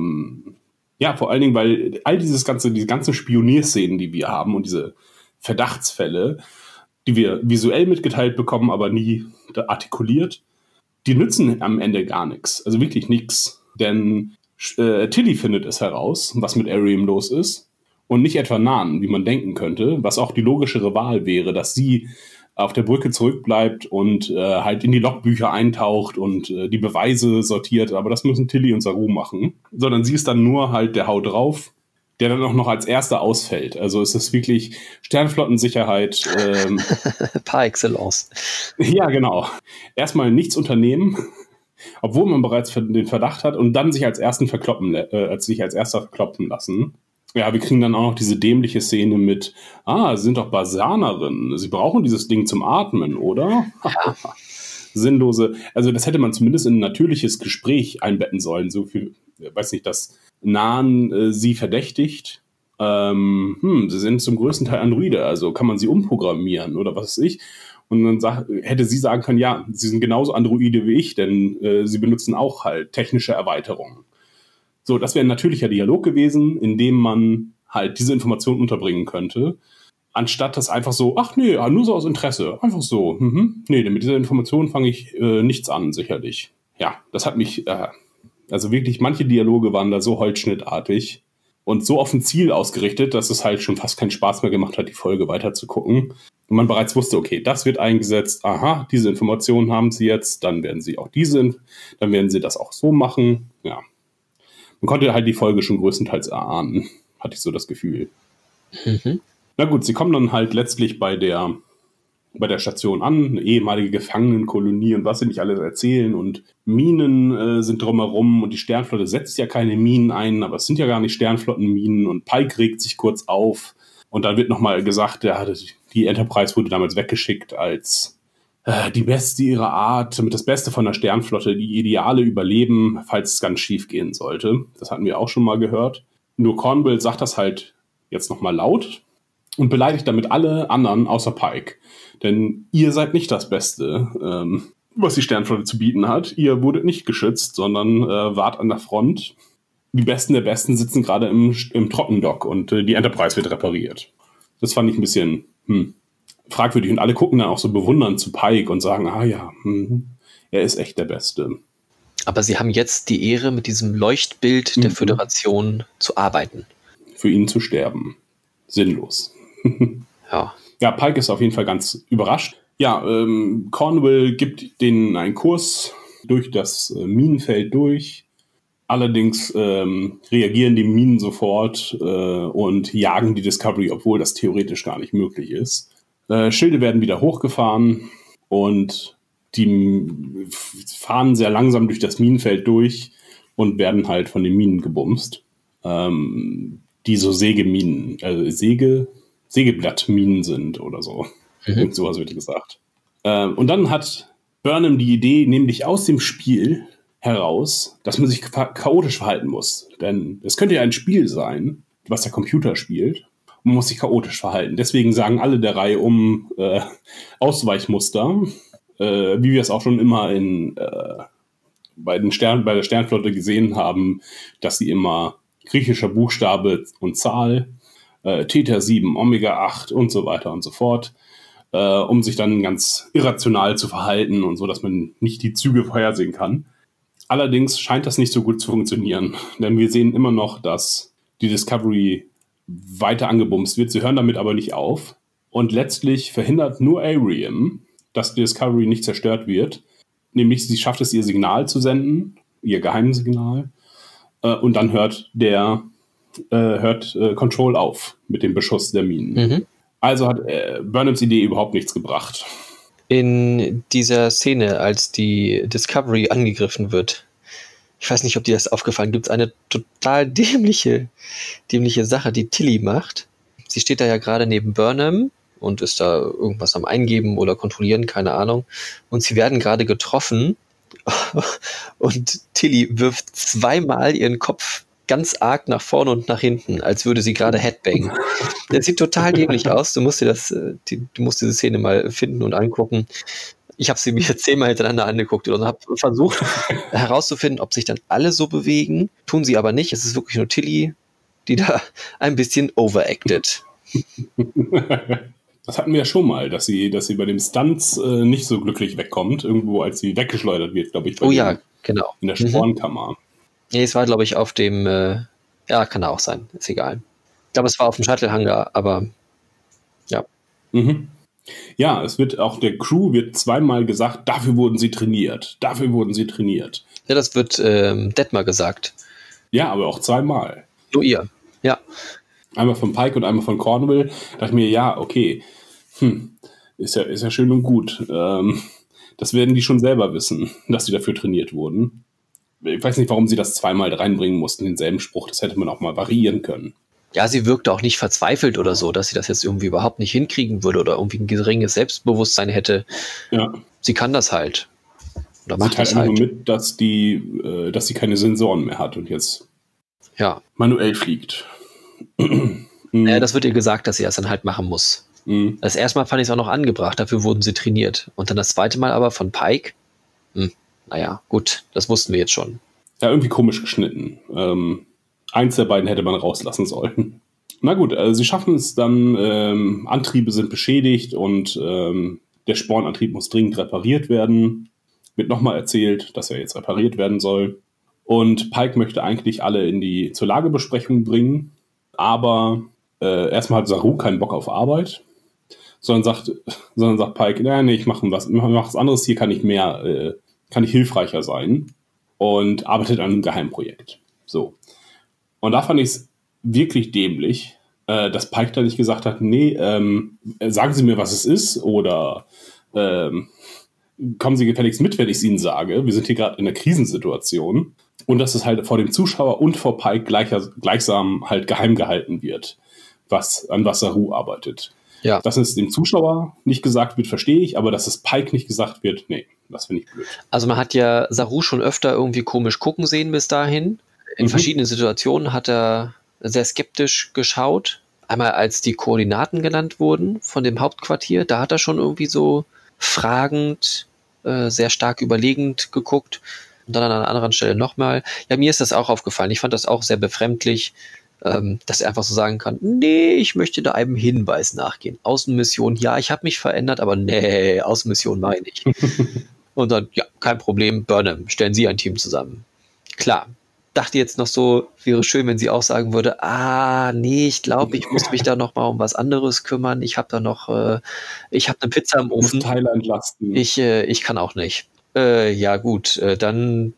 [SPEAKER 5] Ja, vor allen Dingen, weil all diese ganzen Spionierszenen, die wir haben und diese Verdachtsfälle, die wir visuell mitgeteilt bekommen, aber nie artikuliert, die nützen am Ende gar nichts. Also wirklich nichts. Denn Tilly findet es heraus, was mit Airiam los ist. Und nicht etwa Nan, wie man denken könnte, was auch die logischere Wahl wäre, dass sie auf der Brücke zurückbleibt und halt in die Logbücher eintaucht und die Beweise sortiert. Aber das müssen Tilly und Saru machen. Sondern sie ist dann nur halt der Hau drauf, der dann auch noch als erster ausfällt. Also es ist wirklich Sternflottensicherheit.
[SPEAKER 4] Par excellence.
[SPEAKER 5] Ja, genau. Erstmal nichts unternehmen, obwohl man bereits den Verdacht hat und dann sich als erster verkloppen lassen. Ja, wir kriegen dann auch noch diese dämliche Szene mit, sie sind doch Basanerinnen. Sie brauchen dieses Ding zum Atmen, oder? Sinnlose. Also das hätte man zumindest in ein natürliches Gespräch einbetten sollen. So viel, weiß nicht, dass Nan sie verdächtigt. Sie sind zum größten Teil Androide, also kann man sie umprogrammieren oder was weiß ich. Und dann hätte sie sagen können, ja, sie sind genauso Androide wie ich, denn sie benutzen auch halt technische Erweiterungen. So, das wäre ein natürlicher Dialog gewesen, in dem man halt diese Informationen unterbringen könnte, anstatt das einfach so, ach nee, nur so aus Interesse, einfach so. Nee, mit dieser Information fange ich nichts an, sicherlich. Ja, das hat mich, also wirklich, manche Dialoge waren da so holzschnittartig und so auf ein Ziel ausgerichtet, dass es halt schon fast keinen Spaß mehr gemacht hat, die Folge weiter zu gucken. Und man bereits wusste, okay, das wird eingesetzt, aha, diese Informationen haben sie jetzt, dann werden sie das auch so machen, ja. Man konnte halt die Folge schon größtenteils erahnen, hatte ich so das Gefühl. Na gut, sie kommen dann halt letztlich bei der Station an, eine ehemalige Gefangenenkolonie und was sie nicht alles erzählen und Minen sind drumherum und die Sternflotte setzt ja keine Minen ein, aber es sind ja gar nicht Sternflottenminen und Pike regt sich kurz auf und dann wird nochmal gesagt, ja, die Enterprise wurde damals weggeschickt als die Beste ihrer Art, damit das Beste von der Sternflotte, die ideale Überleben, falls es ganz schief gehen sollte. Das hatten wir auch schon mal gehört. Nur Cornwell sagt das halt jetzt nochmal laut und beleidigt damit alle anderen außer Pike. Denn ihr seid nicht das Beste, was die Sternflotte zu bieten hat. Ihr wurdet nicht geschützt, sondern wart an der Front. Die Besten der Besten sitzen gerade im Trockendock und die Enterprise wird repariert. Das fand ich ein bisschen fragwürdig. Und alle gucken dann auch so bewundernd zu Pike und sagen, er ist echt der Beste.
[SPEAKER 4] Aber sie haben jetzt die Ehre, mit diesem Leuchtbild der Föderation zu arbeiten.
[SPEAKER 5] Für ihn zu sterben. Sinnlos.
[SPEAKER 4] Ja.
[SPEAKER 5] Ja, Pike ist auf jeden Fall ganz überrascht. Ja, Cornwell gibt denen einen Kurs durch das Minenfeld durch. Allerdings reagieren die Minen sofort und jagen die Discovery, obwohl das theoretisch gar nicht möglich ist. Schilde werden wieder hochgefahren und die fahren sehr langsam durch das Minenfeld durch und werden halt von den Minen gebumst. Die so Sägeminen, Sägeblattminen sind oder so. Irgend sowas wird gesagt. Und dann hat Burnham die Idee, nämlich aus dem Spiel heraus, dass man sich chaotisch verhalten muss. Denn es könnte ja ein Spiel sein, was der Computer spielt. Man muss sich chaotisch verhalten. Deswegen sagen alle der Reihe um Ausweichmuster, wie wir es auch schon immer bei der Sternflotte gesehen haben, dass sie immer griechischer Buchstabe und Zahl, Theta 7, Omega 8 und so weiter und so fort, um sich dann ganz irrational zu verhalten und so, dass man nicht die Züge vorhersehen kann. Allerdings scheint das nicht so gut zu funktionieren, denn wir sehen immer noch, dass die Discovery weiter angebumst wird. Sie hören damit aber nicht auf. Und letztlich verhindert nur Airiam, dass die Discovery nicht zerstört wird. Nämlich, sie schafft es, ihr Signal zu senden, ihr Geheimsignal. Und dann hört Control auf mit dem Beschuss der Minen. Also hat Burnhams Idee überhaupt nichts gebracht.
[SPEAKER 4] In dieser Szene, als die Discovery angegriffen wird, ich weiß nicht, ob dir das aufgefallen ist, gibt es eine total dämliche Sache, die Tilly macht. Sie steht da ja gerade neben Burnham und ist da irgendwas am Eingeben oder kontrollieren, keine Ahnung. Und sie werden gerade getroffen und Tilly wirft zweimal ihren Kopf ganz arg nach vorne und nach hinten, als würde sie gerade Headbang. Das sieht total dämlich aus. Du musst diese Szene mal finden und angucken. Ich habe sie mir 10-mal hintereinander angeguckt und habe versucht herauszufinden, ob sich dann alle so bewegen. Tun sie aber nicht. Es ist wirklich nur Tilly, die da ein bisschen overacted.
[SPEAKER 5] Das hatten wir ja schon mal, dass sie bei dem Stunts nicht so glücklich wegkommt, irgendwo als sie weggeschleudert wird, glaube ich.
[SPEAKER 4] Genau.
[SPEAKER 5] In der Spornkammer.
[SPEAKER 4] Nee, es war, glaube ich, auf dem, kann auch sein, ist egal. Ich glaube, es war auf dem Shuttle-Hangar, aber ja.
[SPEAKER 5] Mhm. Ja, es wird auch der Crew wird zweimal gesagt, dafür wurden sie trainiert.
[SPEAKER 4] Ja, das wird Detmar gesagt.
[SPEAKER 5] Ja, aber auch zweimal.
[SPEAKER 4] Nur ihr, ja.
[SPEAKER 5] Einmal von Pike und einmal von Cornwall. Da dachte ich mir, ja, okay, ist ja schön und gut. Das werden die schon selber wissen, dass sie dafür trainiert wurden. Ich weiß nicht, warum sie das zweimal reinbringen mussten, denselben Spruch. Das hätte man auch mal variieren können.
[SPEAKER 4] Ja, sie wirkte auch nicht verzweifelt oder so, dass sie das jetzt irgendwie überhaupt nicht hinkriegen würde oder irgendwie ein geringes Selbstbewusstsein hätte.
[SPEAKER 5] Ja.
[SPEAKER 4] Sie kann das halt. Oder macht
[SPEAKER 5] sie teilt
[SPEAKER 4] das halt.
[SPEAKER 5] Nur mit, dass sie keine Sensoren mehr hat und jetzt manuell fliegt.
[SPEAKER 4] Ja, das wird ihr gesagt, dass sie das dann halt machen muss. Das erste Mal fand ich es auch noch angebracht, dafür wurden sie trainiert. Und dann das zweite Mal aber von Pike. Naja, gut, das wussten wir jetzt schon.
[SPEAKER 5] Ja, irgendwie komisch geschnitten. Eins der beiden hätte man rauslassen sollen. Na gut, sie schaffen es dann, Antriebe sind beschädigt und der Spornantrieb muss dringend repariert werden. Wird nochmal erzählt, dass er jetzt repariert werden soll. Und Pike möchte eigentlich alle zur Lagebesprechung bringen, aber erstmal hat Saru keinen Bock auf Arbeit, sondern sagt Pike, nee, ich mache was anderes, hier kann ich hilfreicher sein und arbeitet an einem Geheimprojekt. So. Und da fand ich es wirklich dämlich, dass Pike da nicht gesagt hat, nee, sagen Sie mir, was es ist, oder kommen Sie gefälligst mit, wenn ich es Ihnen sage. Wir sind hier gerade in einer Krisensituation. Und dass es halt vor dem Zuschauer und vor Pike gleichsam halt geheim gehalten wird, an was Saru arbeitet. Ja. Dass es dem Zuschauer nicht gesagt wird, verstehe ich, aber dass es Pike nicht gesagt wird, nee, das finde ich blöd.
[SPEAKER 4] Also man hat ja Saru schon öfter irgendwie komisch gucken sehen bis dahin. In verschiedenen Situationen hat er sehr skeptisch geschaut. Einmal als die Koordinaten genannt wurden von dem Hauptquartier, da hat er schon irgendwie so fragend, sehr stark überlegend geguckt. Und dann an einer anderen Stelle nochmal. Ja, mir ist das auch aufgefallen. Ich fand das auch sehr befremdlich, dass er einfach so sagen kann, nee, ich möchte da einem Hinweis nachgehen. Außenmission, ja, ich habe mich verändert, aber nee, Außenmission meine ich. Und dann, ja, kein Problem, Burnham, stellen Sie ein Team zusammen. Klar, dachte jetzt noch so, wäre schön, wenn sie auch sagen würde, nee, ich glaube, ich muss mich da noch mal um was anderes kümmern. Ich habe da noch, ich habe eine Pizza im Ofen.
[SPEAKER 5] Teile entlasten.
[SPEAKER 4] Ich kann auch nicht. Ja gut, dann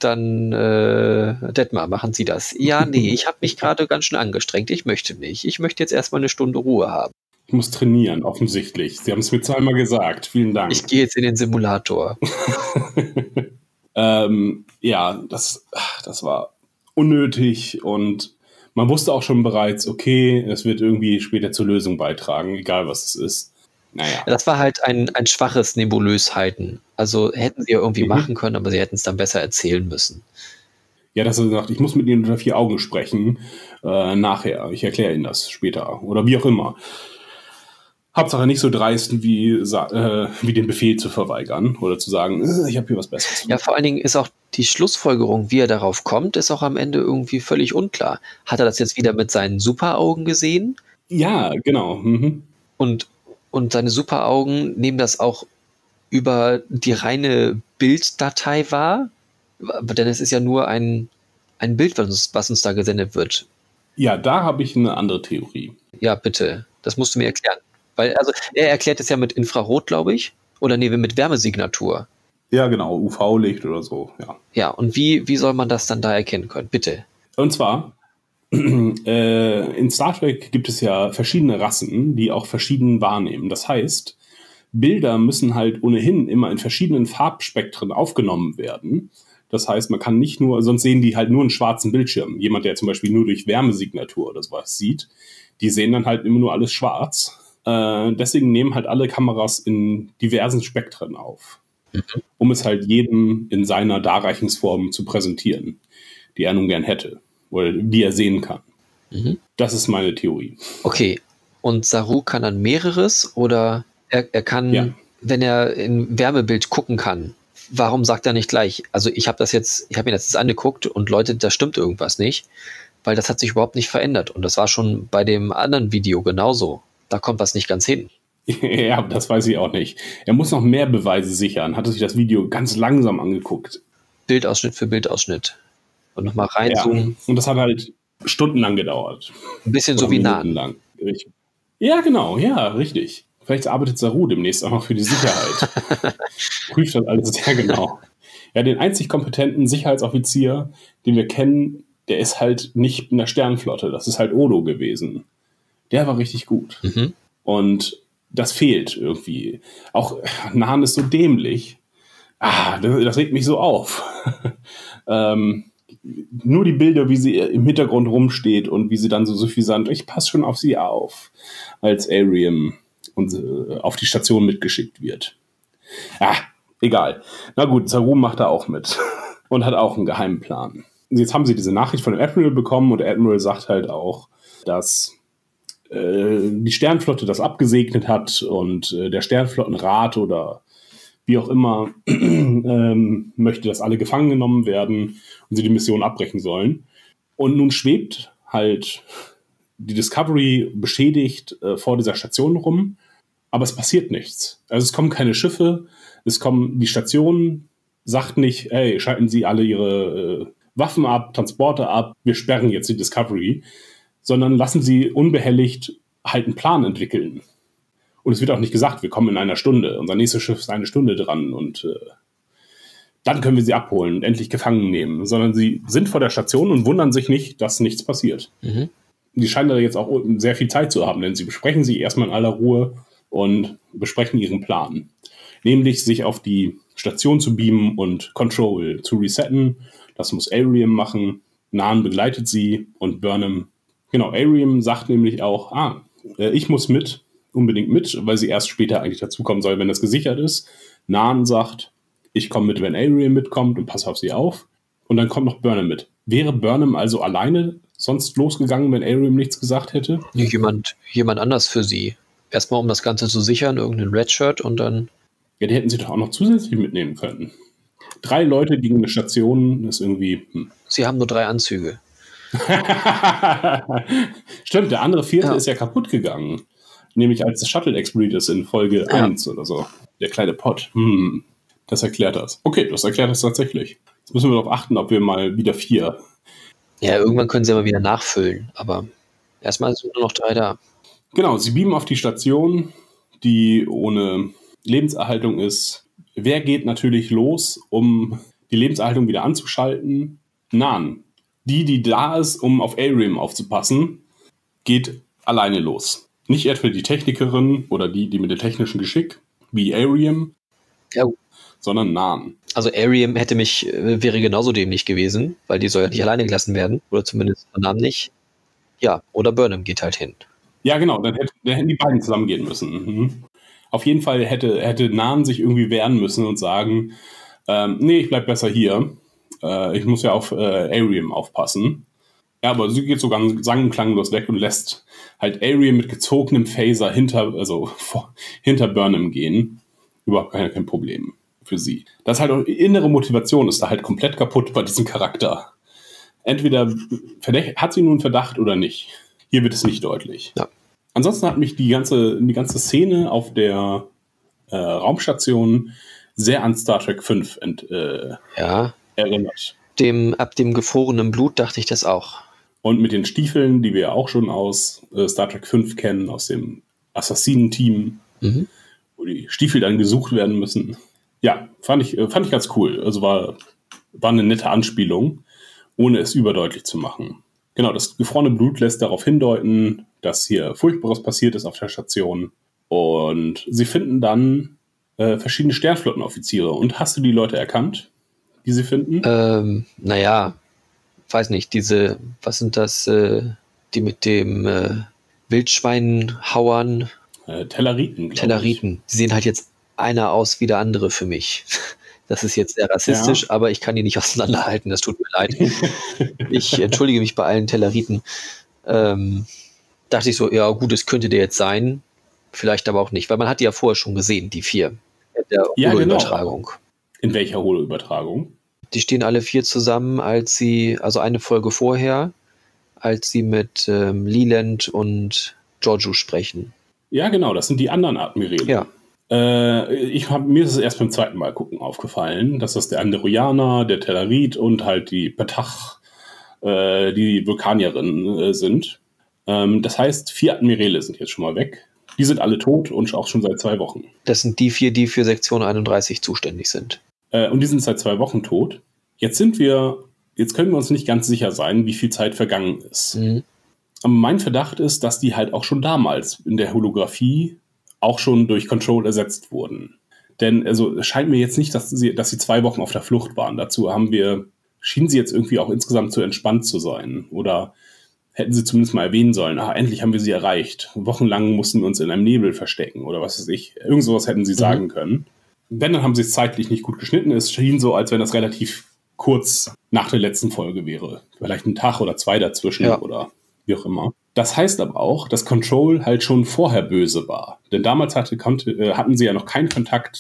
[SPEAKER 4] Detmar, machen Sie das. Ja, nee, ich habe mich gerade ganz schön angestrengt. Ich möchte nicht. Ich möchte jetzt erstmal eine Stunde Ruhe haben.
[SPEAKER 5] Ich muss trainieren, offensichtlich. Sie haben es mir zweimal gesagt. Vielen Dank.
[SPEAKER 4] Ich gehe jetzt in den Simulator.
[SPEAKER 5] Ja, das war unnötig und man wusste auch schon bereits, okay, es wird irgendwie später zur Lösung beitragen, egal was es ist. Naja.
[SPEAKER 4] Das war halt ein schwaches Nebulösheiten. Also hätten sie ja irgendwie machen können, aber sie hätten es dann besser erzählen müssen.
[SPEAKER 5] Ja, dass er sagt, ich muss mit Ihnen unter 4 Augen sprechen, nachher. Ich erkläre Ihnen das später. Oder wie auch immer. Hauptsache nicht so dreist, wie den Befehl zu verweigern oder zu sagen, ich habe hier was Besseres.
[SPEAKER 4] Ja, vor allen Dingen ist auch die Schlussfolgerung, wie er darauf kommt, ist auch am Ende irgendwie völlig unklar. Hat er das jetzt wieder mit seinen Superaugen gesehen?
[SPEAKER 5] Ja, genau.
[SPEAKER 4] Und seine Superaugen nehmen das auch über die reine Bilddatei wahr? Denn es ist ja nur ein Bild, was uns da gesendet wird.
[SPEAKER 5] Ja, da habe ich eine andere Theorie.
[SPEAKER 4] Ja, bitte. Das musst du mir erklären. Weil, also, er erklärt es ja mit Infrarot, glaube ich. Oder nee, mit Wärmesignatur.
[SPEAKER 5] Ja, genau. UV-Licht oder so, ja.
[SPEAKER 4] Ja, und wie soll man das dann da erkennen können? Bitte.
[SPEAKER 5] Und zwar, in Star Trek gibt es ja verschiedene Rassen, die auch verschieden wahrnehmen. Das heißt, Bilder müssen halt ohnehin immer in verschiedenen Farbspektren aufgenommen werden. Das heißt, man kann nicht nur, sonst sehen die halt nur einen schwarzen Bildschirm. Jemand, der zum Beispiel nur durch Wärmesignatur oder sowas sieht, die sehen dann halt immer nur alles schwarz. Deswegen nehmen halt alle Kameras in diversen Spektren auf, um es halt jedem in seiner Darreichungsform zu präsentieren, die er nun gern hätte oder die er sehen kann. Das ist meine Theorie.
[SPEAKER 4] Okay, und Saru kann dann mehreres oder er kann, wenn er in Wärmebild gucken kann, warum sagt er nicht gleich, also ich habe mir das jetzt angeguckt und Leute, da stimmt irgendwas nicht, weil das hat sich überhaupt nicht verändert und das war schon bei dem anderen Video genauso. Da kommt was nicht ganz hin.
[SPEAKER 5] Ja, das weiß ich auch nicht. Er muss noch mehr Beweise sichern. Hatte sich das Video ganz langsam angeguckt.
[SPEAKER 4] Bildausschnitt für Bildausschnitt. Und nochmal reinzoomen.
[SPEAKER 5] Ja, und das hat halt stundenlang gedauert.
[SPEAKER 4] Ein bisschen so wie Nahen.
[SPEAKER 5] Ja, genau. Ja, richtig. Vielleicht arbeitet Saru demnächst auch noch für die Sicherheit. Prüft das alles sehr genau. Ja, den einzig kompetenten Sicherheitsoffizier, den wir kennen, der ist halt nicht in der Sternenflotte. Das ist halt Odo gewesen. Der war richtig gut. Und das fehlt irgendwie. Auch Nahen ist so dämlich. Das regt mich so auf. Nur die Bilder, wie sie im Hintergrund rumsteht und wie sie dann so suffisant, ich passe schon auf sie auf, als Airiam und auf die Station mitgeschickt wird. Egal. Na gut, Saru macht da auch mit und hat auch einen geheimen Plan. Jetzt haben sie diese Nachricht von dem Admiral bekommen und der Admiral sagt halt auch, dass die Sternenflotte das abgesegnet hat und der Sternenflottenrat oder wie auch immer möchte, dass alle gefangen genommen werden und sie die Mission abbrechen sollen. Und nun schwebt halt die Discovery beschädigt vor dieser Station rum, aber es passiert nichts. Also es kommen keine Schiffe, die Station sagt nicht, hey, schalten Sie alle Ihre Waffen ab, Transporte ab, wir sperren jetzt die Discovery, sondern lassen sie unbehelligt halt einen Plan entwickeln. Und es wird auch nicht gesagt, wir kommen in einer Stunde, unser nächstes Schiff ist eine Stunde dran und dann können wir sie abholen und endlich gefangen nehmen, sondern sie sind vor der Station und wundern sich nicht, dass nichts passiert. Die scheinen da jetzt auch sehr viel Zeit zu haben, denn sie besprechen sich erstmal in aller Ruhe und besprechen ihren Plan. Nämlich sich auf die Station zu beamen und Control zu resetten. Das muss Airiam machen. Nahen begleitet sie und Burnham. Genau, Airiam sagt nämlich auch, ich muss unbedingt mit, weil sie erst später eigentlich dazukommen soll, wenn das gesichert ist. Nahen sagt, ich komme mit, wenn Airiam mitkommt und passe auf sie auf. Und dann kommt noch Burnham mit. Wäre Burnham also alleine sonst losgegangen, wenn Airiam nichts gesagt hätte?
[SPEAKER 4] Jemand anders für sie. Erstmal, um das Ganze zu sichern, irgendein Redshirt und dann...
[SPEAKER 5] Ja, die hätten sie doch auch noch zusätzlich mitnehmen können. 3 Leute gegen eine Station ist irgendwie...
[SPEAKER 4] Sie haben nur 3 Anzüge.
[SPEAKER 5] Stimmt, der andere 4. ist ja kaputt gegangen. Nämlich als das Shuttle explodiert ist in Folge 1 oder so. Der kleine Pod. Das erklärt das. Okay, das erklärt das tatsächlich. Jetzt müssen wir darauf achten, ob wir mal wieder 4...
[SPEAKER 4] Ja, irgendwann können sie aber wieder nachfüllen. Aber erstmal sind nur noch 3 da.
[SPEAKER 5] Genau, sie beamen auf die Station, die ohne Lebenserhaltung ist. Wer geht natürlich los, um die Lebenserhaltung wieder anzuschalten? Nahen. Die da ist, um auf Airiam aufzupassen, geht alleine los. Nicht etwa die Technikerin oder die mit dem technischen Geschick, wie Airiam, sondern Nahen.
[SPEAKER 4] Also Airiam wäre genauso dämlich gewesen, weil die soll ja nicht alleine gelassen werden. Oder zumindest von Namen nicht. Ja, oder Burnham geht halt hin.
[SPEAKER 5] Ja, genau, dann hätten die beiden zusammengehen müssen. Auf jeden Fall hätte Nahen sich irgendwie wehren müssen und sagen, nee, ich bleib besser hier. Ich muss ja auf Airiam aufpassen. Ja, aber sie geht sogar sang- und klanglos weg und lässt halt Airiam mit gezogenem Phaser hinter Burnham gehen. Überhaupt kein Problem für sie. Das ist halt auch innere Motivation, ist da halt komplett kaputt bei diesem Charakter. Entweder hat sie nun Verdacht oder nicht. Hier wird es nicht deutlich.
[SPEAKER 4] Ja.
[SPEAKER 5] Ansonsten hat mich die ganze Szene auf der Raumstation sehr an Star Trek 5 erinnert.
[SPEAKER 4] Ab dem gefrorenen Blut dachte ich das auch.
[SPEAKER 5] Und mit den Stiefeln, die wir auch schon aus Star Trek 5 kennen, aus dem Assassinen-Team, wo die Stiefel dann gesucht werden müssen. Ja, fand ich ganz cool. Also war eine nette Anspielung, ohne es überdeutlich zu machen. Genau, das gefrorene Blut lässt darauf hindeuten, dass hier Furchtbares passiert ist auf der Station. Und sie finden dann verschiedene Sternflottenoffiziere. Und hast du die Leute erkannt, die sie finden?
[SPEAKER 4] Naja, weiß nicht, was sind das, die mit dem Wildschweinhauern?
[SPEAKER 5] Telleriten, glaube ich.
[SPEAKER 4] Telleriten. Die sehen halt jetzt einer aus wie der andere für mich. Das ist jetzt sehr rassistisch, aber ich kann die nicht auseinanderhalten. Das tut mir leid. Ich entschuldige mich bei allen Telleriten. Dachte ich so, ja gut, es könnte der jetzt sein. Vielleicht aber auch nicht, weil man hat die ja vorher schon gesehen, die 4. In der Holo-Übertragung.
[SPEAKER 5] Genau. In welcher Holo-Übertragung?
[SPEAKER 4] Die stehen alle 4 zusammen, also eine Folge vorher, als sie mit Leland und Giorgio sprechen.
[SPEAKER 5] Ja, genau, das sind die anderen Admiräle.
[SPEAKER 4] Ja.
[SPEAKER 5] Mir ist es erst beim zweiten Mal gucken aufgefallen, dass das der Andorianer, der Tellerit und halt die Petach, die Vulkanierin sind. Das heißt, 4 Admiräle sind jetzt schon mal weg. Die sind alle tot und auch schon seit 2 Wochen.
[SPEAKER 4] Das sind die 4, die für Sektion 31 zuständig sind.
[SPEAKER 5] Und die sind seit 2 Wochen tot. Jetzt können wir uns nicht ganz sicher sein, wie viel Zeit vergangen ist. Mhm. Aber mein Verdacht ist, dass die halt auch schon damals in der Holographie auch schon durch Control ersetzt wurden. Denn also es scheint mir jetzt nicht, dass sie 2 Wochen auf der Flucht waren. Dazu schienen sie jetzt irgendwie auch insgesamt zu entspannt zu sein. Oder hätten sie zumindest mal erwähnen sollen, endlich haben wir sie erreicht. Wochenlang mussten wir uns in einem Nebel verstecken oder was weiß ich. Irgend sowas hätten sie sagen können. Wenn, dann haben sie es zeitlich nicht gut geschnitten. Es schien so, als wenn das relativ kurz nach der letzten Folge wäre. Vielleicht ein Tag oder 2 dazwischen oder wie auch immer. Das heißt aber auch, dass Control halt schon vorher böse war. Denn damals hatten sie ja noch keinen Kontakt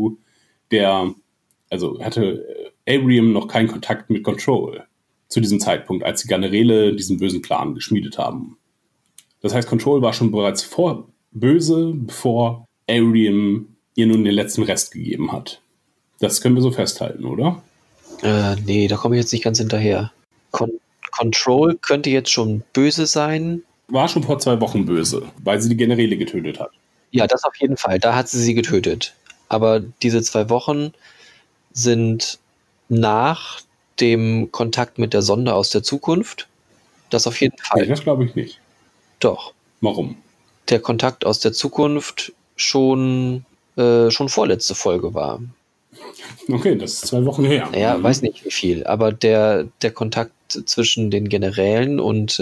[SPEAKER 5] hatte Airiam noch keinen Kontakt mit Control zu diesem Zeitpunkt, als die Generäle diesen bösen Plan geschmiedet haben. Das heißt, Control war schon bereits böse, bevor Airiam ihr nun den letzten Rest gegeben hat. Das können wir so festhalten, oder?
[SPEAKER 4] Nee, da komme ich jetzt nicht ganz hinterher. Control könnte jetzt schon böse sein.
[SPEAKER 5] War schon vor 2 Wochen böse, weil sie die Generäle getötet hat.
[SPEAKER 4] Ja, das auf jeden Fall. Da hat sie getötet. Aber diese 2 Wochen sind nach dem Kontakt mit der Sonde aus der Zukunft. Das auf jeden Fall.
[SPEAKER 5] Nee, das glaube ich nicht.
[SPEAKER 4] Doch.
[SPEAKER 5] Warum?
[SPEAKER 4] Der Kontakt aus der Zukunft schon vorletzte Folge war.
[SPEAKER 5] Okay, das ist 2 Wochen her.
[SPEAKER 4] Naja, weiß nicht wie viel, aber der Kontakt zwischen den Generälen und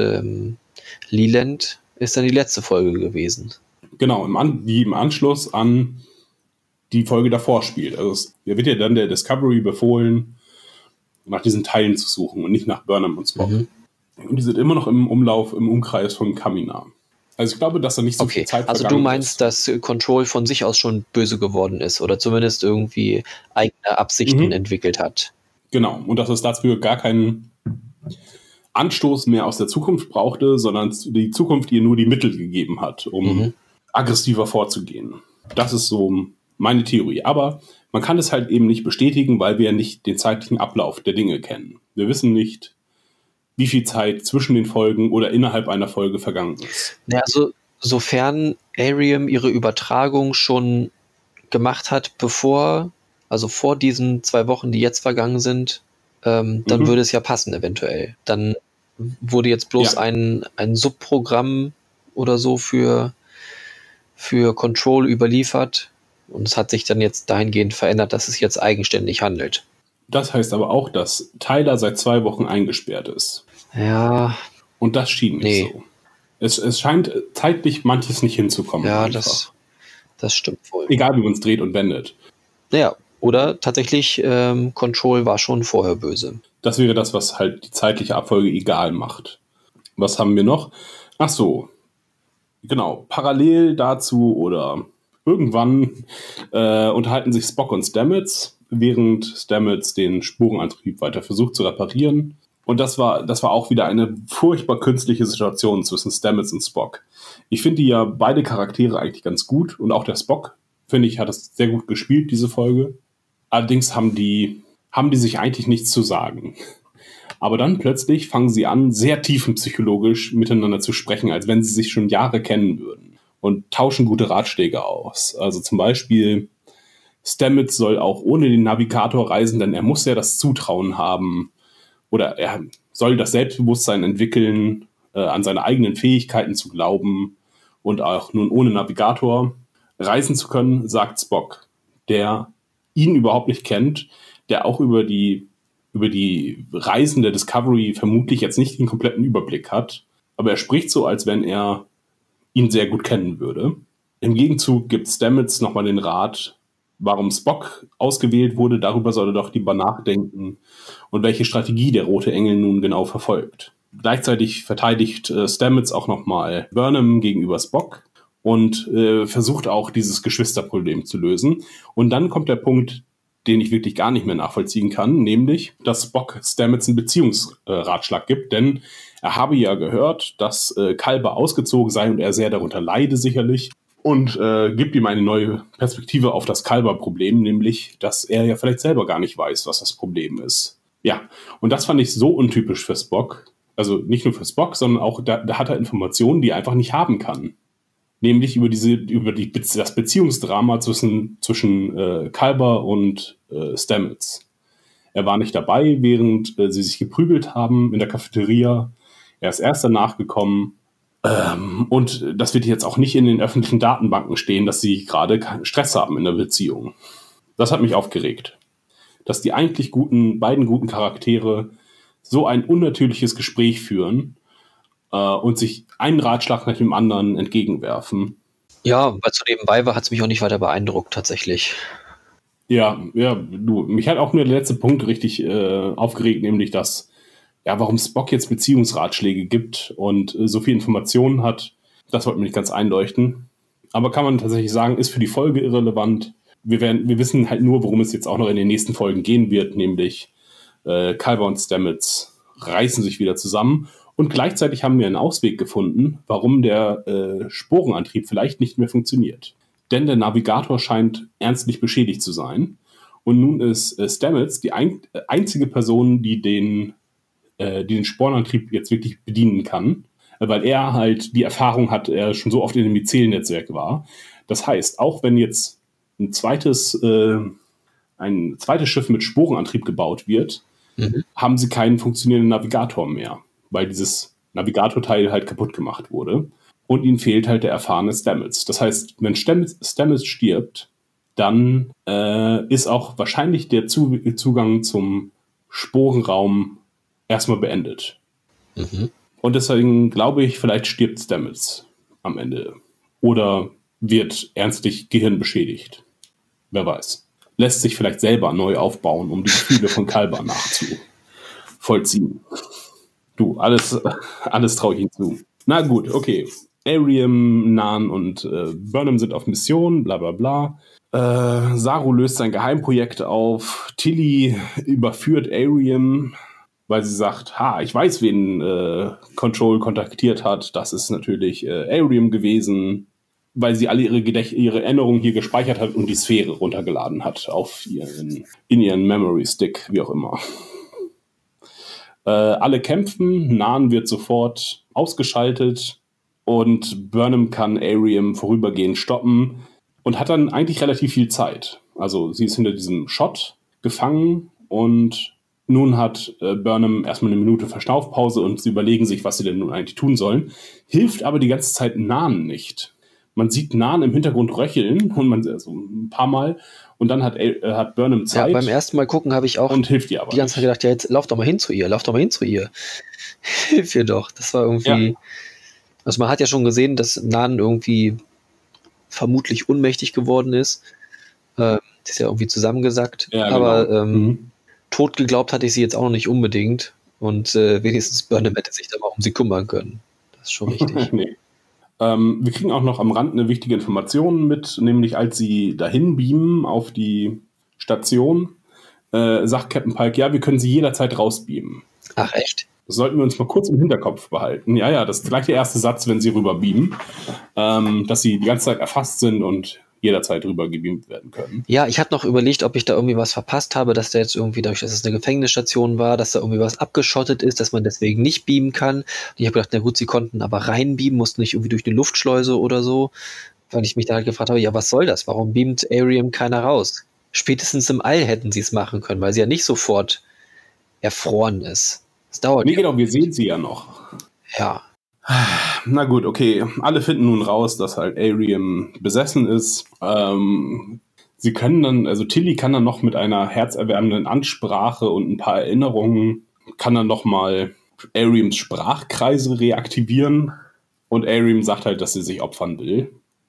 [SPEAKER 4] Leland ist dann die letzte Folge gewesen.
[SPEAKER 5] Genau, die im Anschluss an die Folge davor spielt. Also da wird ja dann der Discovery befohlen, nach diesen Teilen zu suchen und nicht nach Burnham und Spock. Und die sind immer noch im Umkreis von Kamina. Also ich glaube, dass da nicht so viel Zeit vergangen ist.
[SPEAKER 4] Also du meinst, dass Control von sich aus schon böse geworden ist oder zumindest irgendwie eigene Absichten entwickelt hat.
[SPEAKER 5] Genau, und dass es dafür gar keinen Anstoß mehr aus der Zukunft brauchte, sondern die Zukunft ihr nur die Mittel gegeben hat, um aggressiver vorzugehen. Das ist so meine Theorie. Aber man kann es halt eben nicht bestätigen, weil wir ja nicht den zeitlichen Ablauf der Dinge kennen. Wir wissen nicht, wie viel Zeit zwischen den Folgen oder innerhalb einer Folge vergangen ist.
[SPEAKER 4] Ja, also sofern Airiam ihre Übertragung schon gemacht hat, vor diesen 2 Wochen, die jetzt vergangen sind, dann würde es ja passen eventuell. Dann wurde jetzt bloß ein Subprogramm oder so für Control überliefert und es hat sich dann jetzt dahingehend verändert, dass es jetzt eigenständig handelt.
[SPEAKER 5] Das heißt aber auch, dass Tyler seit 2 Wochen eingesperrt ist.
[SPEAKER 4] Ja.
[SPEAKER 5] Und das schien nicht so. Es scheint zeitlich manches nicht hinzukommen.
[SPEAKER 4] Ja, das stimmt wohl.
[SPEAKER 5] Egal, wie man es dreht und wendet.
[SPEAKER 4] Naja, oder tatsächlich Control war schon vorher böse.
[SPEAKER 5] Das wäre das, was halt die zeitliche Abfolge egal macht. Was haben wir noch? Ach so, genau. Parallel dazu oder irgendwann unterhalten sich Spock und Stamets, während Stamets den Spurenantrieb weiter versucht zu reparieren. Und das war auch wieder eine furchtbar künstliche Situation zwischen Stamets und Spock. Ich finde die ja beide Charaktere eigentlich ganz gut. Und auch der Spock, finde ich, hat das sehr gut gespielt, diese Folge. Allerdings haben die sich eigentlich nichts zu sagen. Aber dann plötzlich fangen sie an, sehr tiefenpsychologisch miteinander zu sprechen, als wenn sie sich schon Jahre kennen würden. Und tauschen gute Ratschläge aus. Also zum Beispiel, Stamets soll auch ohne den Navigator reisen, denn er muss ja das Zutrauen haben. Oder er soll das Selbstbewusstsein entwickeln, an seine eigenen Fähigkeiten zu glauben und auch nun ohne Navigator reisen zu können, sagt Spock, der ihn überhaupt nicht kennt, der auch über die Reisen der Discovery vermutlich jetzt nicht den kompletten Überblick hat, aber er spricht so, als wenn er ihn sehr gut kennen würde. Im Gegenzug gibt Stamets nochmal den Rat, warum Spock ausgewählt wurde. Darüber soll er doch lieber nachdenken und welche Strategie der Rote Engel nun genau verfolgt. Gleichzeitig verteidigt Stamets auch nochmal Burnham gegenüber Spock und versucht auch, dieses Geschwisterproblem zu lösen. Und dann kommt der Punkt, den ich wirklich gar nicht mehr nachvollziehen kann, nämlich, dass Spock Stamets einen Beziehungsratschlag gibt, denn er habe ja gehört, dass Culber ausgezogen sei und er sehr darunter leide sicherlich und gibt ihm eine neue Perspektive auf das Culber-Problem, nämlich, dass er ja vielleicht selber gar nicht weiß, was das Problem ist. Ja, und das fand ich so untypisch für Spock, also nicht nur für Spock, sondern auch, da hat er Informationen, die er einfach nicht haben kann. Nämlich über das Beziehungsdrama zwischen Culber und Stamets. Er war nicht dabei, während sie sich geprügelt haben in der Cafeteria. Er ist erst danach gekommen. Und das wird jetzt auch nicht in den öffentlichen Datenbanken stehen, dass sie gerade keinen Stress haben in der Beziehung. Das hat mich aufgeregt. Dass die eigentlich beiden guten Charaktere so ein unnatürliches Gespräch führen und sich einen Ratschlag nach dem anderen entgegenwerfen.
[SPEAKER 4] Ja, weil es so nebenbei war, hat es mich auch nicht weiter beeindruckt, tatsächlich.
[SPEAKER 5] Ja, mich hat auch nur der letzte Punkt richtig aufgeregt, nämlich dass, warum Spock jetzt Beziehungsratschläge gibt und so viel Informationen hat, das wollte mir nicht ganz einleuchten. Aber kann man tatsächlich sagen, ist für die Folge irrelevant. Wir wissen halt nur, worum es jetzt auch noch in den nächsten Folgen gehen wird, nämlich Culber und Stamets reißen sich wieder zusammen. Und gleichzeitig haben wir einen Ausweg gefunden, warum der Sporenantrieb vielleicht nicht mehr funktioniert. Denn der Navigator scheint ernstlich beschädigt zu sein. Und nun ist Stamets die einzige Person, die den Sporenantrieb jetzt wirklich bedienen kann, weil er halt die Erfahrung hat, er schon so oft in dem Myzel-Netzwerk war. Das heißt, auch wenn jetzt ein zweites Schiff mit Sporenantrieb gebaut wird, haben sie keinen funktionierenden Navigator mehr, weil dieses Navigatorteil halt kaputt gemacht wurde. Und ihnen fehlt halt der erfahrene Stamets. Das heißt, wenn Stamets stirbt, dann ist auch wahrscheinlich der Zugang zum Sporenraum erstmal beendet. Und deswegen glaube ich, vielleicht stirbt Stamets am Ende. Oder wird ernstlich gehirnbeschädigt. Wer weiß. Lässt sich vielleicht selber neu aufbauen, um die Gefühle von Culber nachzuvollziehen. Du, alles traue ich ihm zu. Na gut, okay. Airiam, Nhan und Burnham sind auf Mission, bla bla bla. Saru löst sein Geheimprojekt auf. Tilly überführt Airiam, weil sie sagt, ich weiß, wen Control kontaktiert hat. Das ist natürlich Airiam gewesen, weil sie alle ihre Erinnerungen hier gespeichert hat und die Sphäre runtergeladen hat in ihren Memory Stick, wie auch immer. Alle kämpfen, Nhan wird sofort ausgeschaltet und Burnham kann Airiam vorübergehend stoppen und hat dann eigentlich relativ viel Zeit. Also sie ist hinter diesem Shot gefangen und nun hat Burnham erstmal eine Minute Verschnaufpause und sie überlegen sich, was sie denn nun eigentlich tun sollen. Hilft aber die ganze Zeit Nhan nicht. Man sieht Nhan im Hintergrund röcheln und ein paar Mal und dann hat Burnham Zeit.
[SPEAKER 4] Ja, beim ersten Mal gucken habe ich auch
[SPEAKER 5] und hilft ihr aber
[SPEAKER 4] die ganze Zeit gedacht, jetzt lauf doch mal hin zu ihr. Hilf ihr doch. Das war irgendwie. Ja. Also man hat ja schon gesehen, dass Nhan irgendwie vermutlich ohnmächtig geworden ist. Das ist ja irgendwie zusammengesackt. Ja, aber genau. Tot geglaubt hatte ich sie jetzt auch noch nicht unbedingt. Und wenigstens Burnham hätte sich da mal um sie kümmern können. Das ist schon richtig.
[SPEAKER 5] Nee. Wir kriegen auch noch am Rand eine wichtige Information mit, nämlich als sie dahin beamen auf die Station, sagt Captain Pike, ja, wir können sie jederzeit rausbeamen.
[SPEAKER 4] Ach, echt?
[SPEAKER 5] Das sollten wir uns mal kurz im Hinterkopf behalten. Ja, das ist gleich der erste Satz, wenn sie rüber beamen, dass sie die ganze Zeit erfasst sind und jederzeit rüber gebeamt werden können.
[SPEAKER 4] Ja, ich habe noch überlegt, ob ich da irgendwie was verpasst habe, dass da jetzt irgendwie, dadurch, dass es eine Gefängnisstation war, dass da irgendwie was abgeschottet ist, dass man deswegen nicht beamen kann. Und ich habe gedacht, na gut, sie konnten aber reinbeamen, mussten nicht irgendwie durch eine Luftschleuse oder so, weil ich mich da halt gefragt habe, ja, was soll das? Warum beamt Airiam keiner raus? Spätestens im All hätten sie es machen können, weil sie ja nicht sofort erfroren ist. Das dauert.
[SPEAKER 5] Nee, genau, wir sehen sie ja noch.
[SPEAKER 4] Ja.
[SPEAKER 5] Na gut, okay. Alle finden nun raus, dass halt Airiam besessen ist. Sie können dann, also Tilly kann dann noch mit einer herzerwärmenden Ansprache und ein paar Erinnerungen, kann dann nochmal Airiams Sprachkreise reaktivieren. Und Airiam sagt halt, dass sie sich opfern will.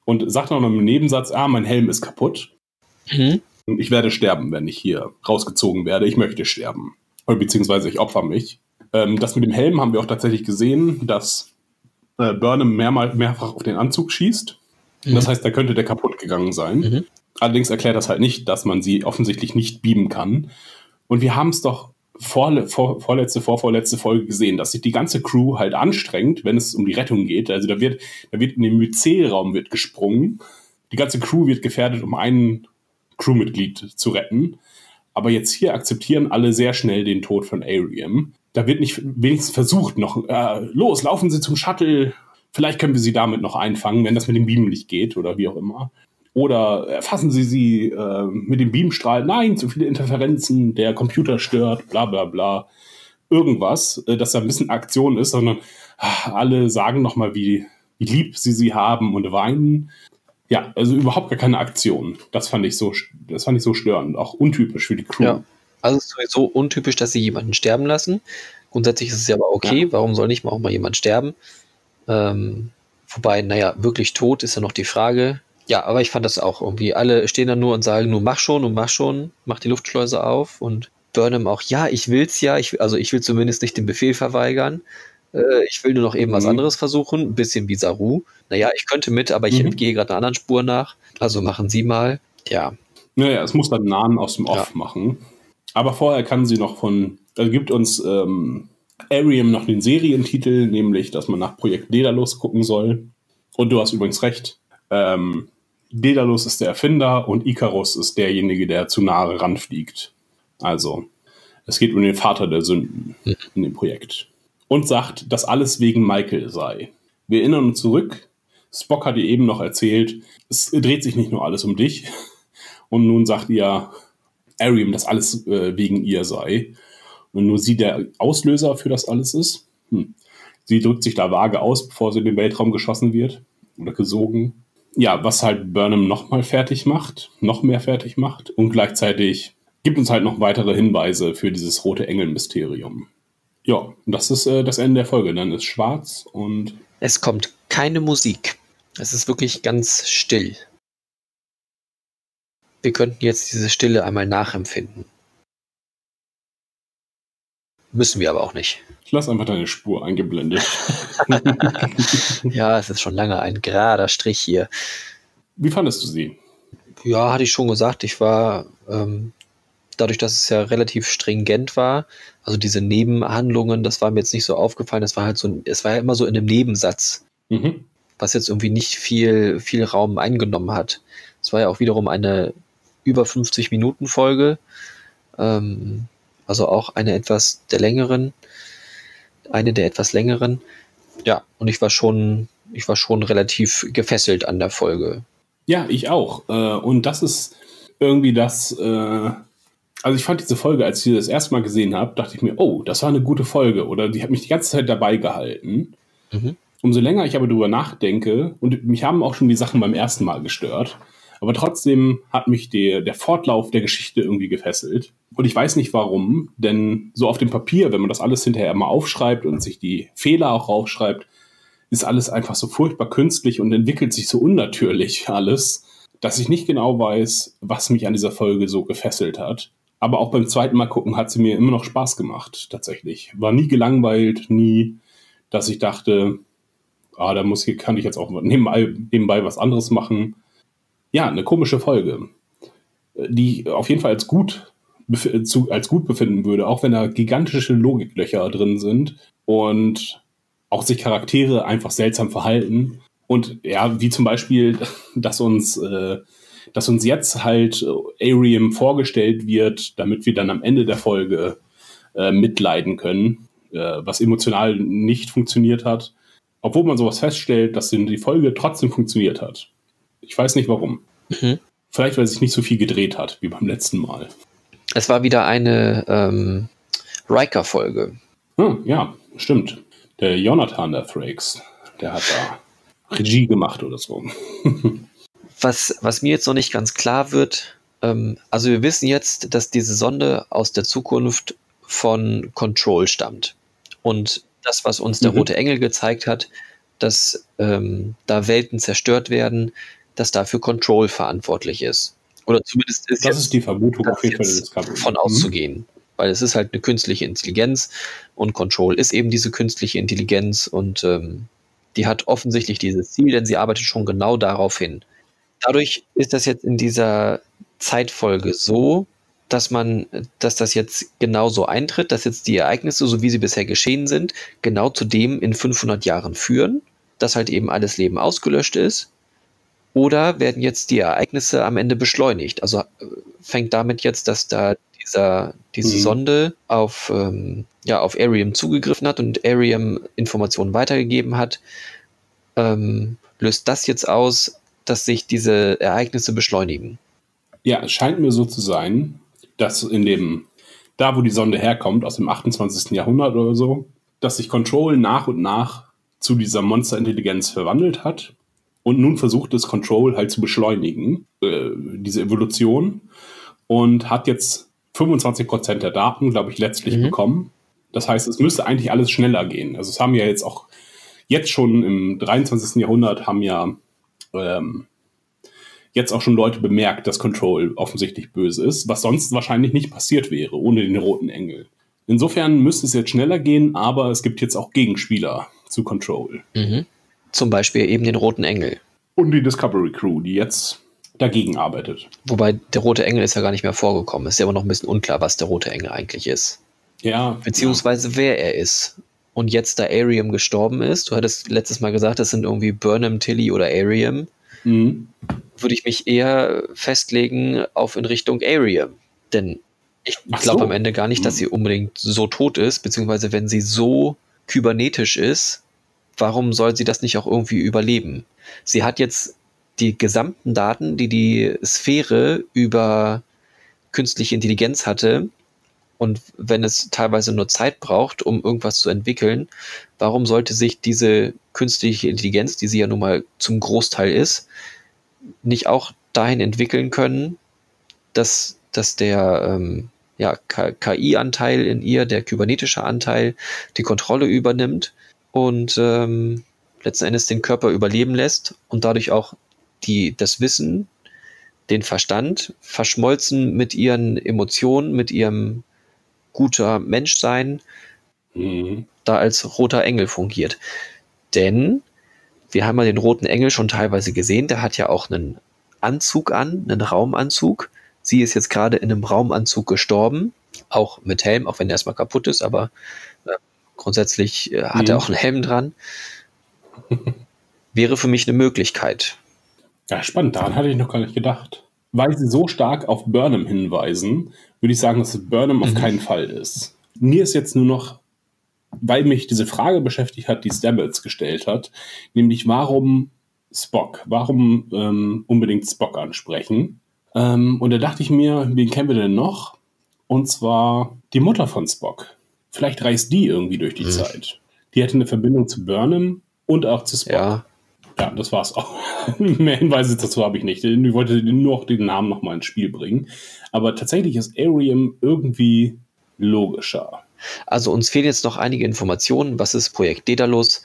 [SPEAKER 5] und sagt noch im Nebensatz, mein Helm ist kaputt. Ich werde sterben, wenn ich hier rausgezogen werde. Ich möchte sterben. Beziehungsweise ich opfer mich. Das mit dem Helm haben wir auch tatsächlich gesehen, dass Burnham mehrfach auf den Anzug schießt. Das heißt, da könnte der kaputt gegangen sein. Allerdings erklärt das halt nicht, dass man sie offensichtlich nicht beamen kann. Und wir haben es doch vorvorletzte Folge gesehen, dass sich die ganze Crew halt anstrengt, wenn es um die Rettung geht. Also da wird in den Myzelraum wird gesprungen. Die ganze Crew wird gefährdet, um ein Crewmitglied zu retten. Aber jetzt hier akzeptieren alle sehr schnell den Tod von Airiam. Da wird nicht wenigstens versucht noch, los, laufen Sie zum Shuttle. Vielleicht können wir sie damit noch einfangen, wenn das mit dem Beam nicht geht oder wie auch immer. Oder erfassen Sie mit dem Beamstrahl. Nein, zu viele Interferenzen, der Computer stört, bla bla bla. Irgendwas, dass da ein bisschen Aktion ist, sondern alle sagen nochmal, wie lieb sie haben und weinen. Ja, also überhaupt gar keine Aktion. Das fand ich so störend, auch untypisch für die Crew.
[SPEAKER 4] Ja, also es ist sowieso untypisch, dass sie jemanden sterben lassen. Grundsätzlich ist es ja aber okay, warum soll nicht mal auch mal jemand sterben? Wobei, wirklich tot ist ja noch die Frage. Ja, aber ich fand das auch irgendwie. Alle stehen da nur und sagen nur, mach schon, mach die Luftschleuse auf. Und Burnham auch, ich will's ja. Ich will zumindest nicht den Befehl verweigern. Ich will nur noch eben was anderes versuchen. Ein bisschen wie Saru. Ich könnte mit, aber ich gehe gerade einer anderen Spur nach. Also machen Sie mal. Ja.
[SPEAKER 5] Naja, es muss dann Nahen aus dem Off machen. Aber vorher kann sie noch gibt uns Airiam noch den Serientitel, nämlich, dass man nach Projekt Daedalus gucken soll. Und du hast übrigens recht. Daedalus ist der Erfinder und Icarus ist derjenige, der zu nahe ranfliegt. Also, es geht um den Vater der Sünden in dem Projekt. Und sagt, dass alles wegen Michael sei. Wir erinnern uns zurück. Spock hat ihr eben noch erzählt, es dreht sich nicht nur alles um dich. Und nun sagt ihr Airiam, dass alles wegen ihr sei. Und nur sie der Auslöser für das alles ist. Sie drückt sich da vage aus, bevor sie in den Weltraum geschossen wird. Oder gesogen. Ja, was halt Burnham noch mehr fertig macht. Und gleichzeitig gibt uns halt noch weitere Hinweise für dieses rote Engel-Mysterium. Ja, und das ist das Ende der Folge. Dann ist schwarz und...
[SPEAKER 4] Es kommt keine Musik. Es ist wirklich ganz still. Wir könnten jetzt diese Stille einmal nachempfinden. Müssen wir aber auch nicht.
[SPEAKER 5] Ich lasse einfach deine Spur eingeblendet.
[SPEAKER 4] Ja, es ist schon lange ein gerader Strich hier.
[SPEAKER 5] Wie fandest du sie?
[SPEAKER 4] Ja, hatte ich schon gesagt. Ich war, dadurch, dass es ja relativ stringent war, also diese Nebenhandlungen, das war mir jetzt nicht so aufgefallen. Es war ja immer so in einem Nebensatz, was jetzt irgendwie nicht viel Raum eingenommen hat. Es war ja auch wiederum eine über 50-Minuten-Folge, also auch eine der etwas längeren. Ja, und ich war schon relativ gefesselt an der Folge.
[SPEAKER 5] Ja, ich auch. Und das ist irgendwie das, also ich fand diese Folge, als ich sie das erste Mal gesehen habe, dachte ich mir, oh, das war eine gute Folge. Oder die hat mich die ganze Zeit dabei gehalten. Umso länger ich aber drüber nachdenke, und mich haben auch schon die Sachen beim ersten Mal gestört, aber trotzdem hat mich der Fortlauf der Geschichte irgendwie gefesselt. Und ich weiß nicht warum, denn so auf dem Papier, wenn man das alles hinterher mal aufschreibt und sich die Fehler auch raufschreibt, ist alles einfach so furchtbar künstlich und entwickelt sich so unnatürlich alles, dass ich nicht genau weiß, was mich an dieser Folge so gefesselt hat. Aber auch beim zweiten Mal gucken hat sie mir immer noch Spaß gemacht, tatsächlich. War nie gelangweilt, nie, dass ich dachte, kann ich jetzt auch nebenbei was anderes machen. Ja, eine komische Folge, die auf jeden Fall als gut befinden würde, auch wenn da gigantische Logiklöcher drin sind und auch sich Charaktere einfach seltsam verhalten. Und ja, wie zum Beispiel, dass uns jetzt halt Airiam vorgestellt wird, damit wir dann am Ende der Folge mitleiden können, was emotional nicht funktioniert hat. Obwohl man sowas feststellt, dass die Folge trotzdem funktioniert hat. Ich weiß nicht warum. Vielleicht, weil sich nicht so viel gedreht hat, wie beim letzten Mal.
[SPEAKER 4] Es war wieder eine Riker-Folge.
[SPEAKER 5] Ja, stimmt. Der Jonathan der Frakes, der hat da Regie gemacht oder so.
[SPEAKER 4] Was mir jetzt noch nicht ganz klar wird, also wir wissen jetzt, dass diese Sonde aus der Zukunft von Control stammt. Und das, was uns der Rote Engel gezeigt hat, dass da Welten zerstört werden, dass dafür Control verantwortlich ist. Oder zumindest ist
[SPEAKER 5] das ist die Vermutung auf jeden Fall der Discovery.
[SPEAKER 4] Von auszugehen. Weil es ist halt eine künstliche Intelligenz und Control ist eben diese künstliche Intelligenz und die hat offensichtlich dieses Ziel, denn sie arbeitet schon genau darauf hin. Dadurch ist das jetzt in dieser Zeitfolge so, dass das jetzt genauso eintritt, dass jetzt die Ereignisse, so wie sie bisher geschehen sind, genau zu dem in 500 Jahren führen, dass halt eben alles Leben ausgelöscht ist. Oder werden jetzt die Ereignisse am Ende beschleunigt? Also fängt damit jetzt, dass da diese Sonde auf Arium zugegriffen hat und Arium Informationen weitergegeben hat, löst das jetzt aus, dass sich diese Ereignisse beschleunigen?
[SPEAKER 5] Ja, es scheint mir so zu sein, dass da wo die Sonde herkommt, aus dem 28. Jahrhundert oder so, dass sich Control nach und nach zu dieser Monsterintelligenz verwandelt hat und nun versucht es Control halt zu beschleunigen, diese Evolution, und hat jetzt 25% der Daten, glaube ich, letztlich bekommen. Das heißt, es müsste eigentlich alles schneller gehen. Also es haben ja jetzt schon im 23. Jahrhundert haben ja jetzt auch schon Leute bemerkt, dass Control offensichtlich böse ist, was sonst wahrscheinlich nicht passiert wäre, ohne den roten Engel. Insofern müsste es jetzt schneller gehen, aber es gibt jetzt auch Gegenspieler zu Control.
[SPEAKER 4] Zum Beispiel eben den roten Engel.
[SPEAKER 5] Und die Discovery Crew, die jetzt dagegen arbeitet.
[SPEAKER 4] Wobei der rote Engel ist ja gar nicht mehr vorgekommen. Ist ja immer noch ein bisschen unklar, was der rote Engel eigentlich ist.
[SPEAKER 5] Ja.
[SPEAKER 4] Beziehungsweise wer er ist. Und jetzt, da Arium gestorben ist, du hattest letztes Mal gesagt, das sind irgendwie Burnham, Tilly oder Arium, würde ich mich eher festlegen auf in Richtung Arium. Denn ich glaube am Ende gar nicht, dass sie unbedingt so tot ist, beziehungsweise wenn sie so kybernetisch ist, warum soll sie das nicht auch irgendwie überleben? Sie hat jetzt die gesamten Daten, die die Sphäre über künstliche Intelligenz hatte, und wenn es teilweise nur Zeit braucht, um irgendwas zu entwickeln, warum sollte sich diese künstliche Intelligenz, die sie ja nun mal zum Großteil ist, nicht auch dahin entwickeln können, dass der KI-Anteil in ihr, der kybernetische Anteil, die Kontrolle übernimmt und letzten Endes den Körper überleben lässt und dadurch auch das Wissen, den Verstand verschmolzen mit ihren Emotionen, mit ihrem guter Menschsein, da als roter Engel fungiert. Denn wir haben ja den roten Engel schon teilweise gesehen, der hat ja auch einen Anzug an, einen Raumanzug. Sie ist jetzt gerade in einem Raumanzug gestorben, auch mit Helm, auch wenn er erstmal kaputt ist, aber grundsätzlich hat er auch einen Helm dran. Wäre für mich eine Möglichkeit.
[SPEAKER 5] Ja, spannend, daran hatte ich noch gar nicht gedacht. Weil sie so stark auf Burnham hinweisen, würde ich sagen, dass es Burnham auf keinen Fall ist. Mir ist jetzt nur noch, weil mich diese Frage beschäftigt hat, die Stamets gestellt hat, nämlich warum Spock? Warum unbedingt Spock ansprechen? Und da dachte ich mir, wen kennen wir denn noch? Und zwar die Mutter von Spock. Vielleicht reist die irgendwie durch die Zeit. Die hätte eine Verbindung zu Burnham und auch zu Spock. Ja, das war's auch. Mehr Hinweise dazu habe ich nicht. Ich wollte nur den Namen nochmal ins Spiel bringen. Aber tatsächlich ist Arium irgendwie logischer.
[SPEAKER 4] Also uns fehlen jetzt noch einige Informationen. Was ist Projekt Daedalus?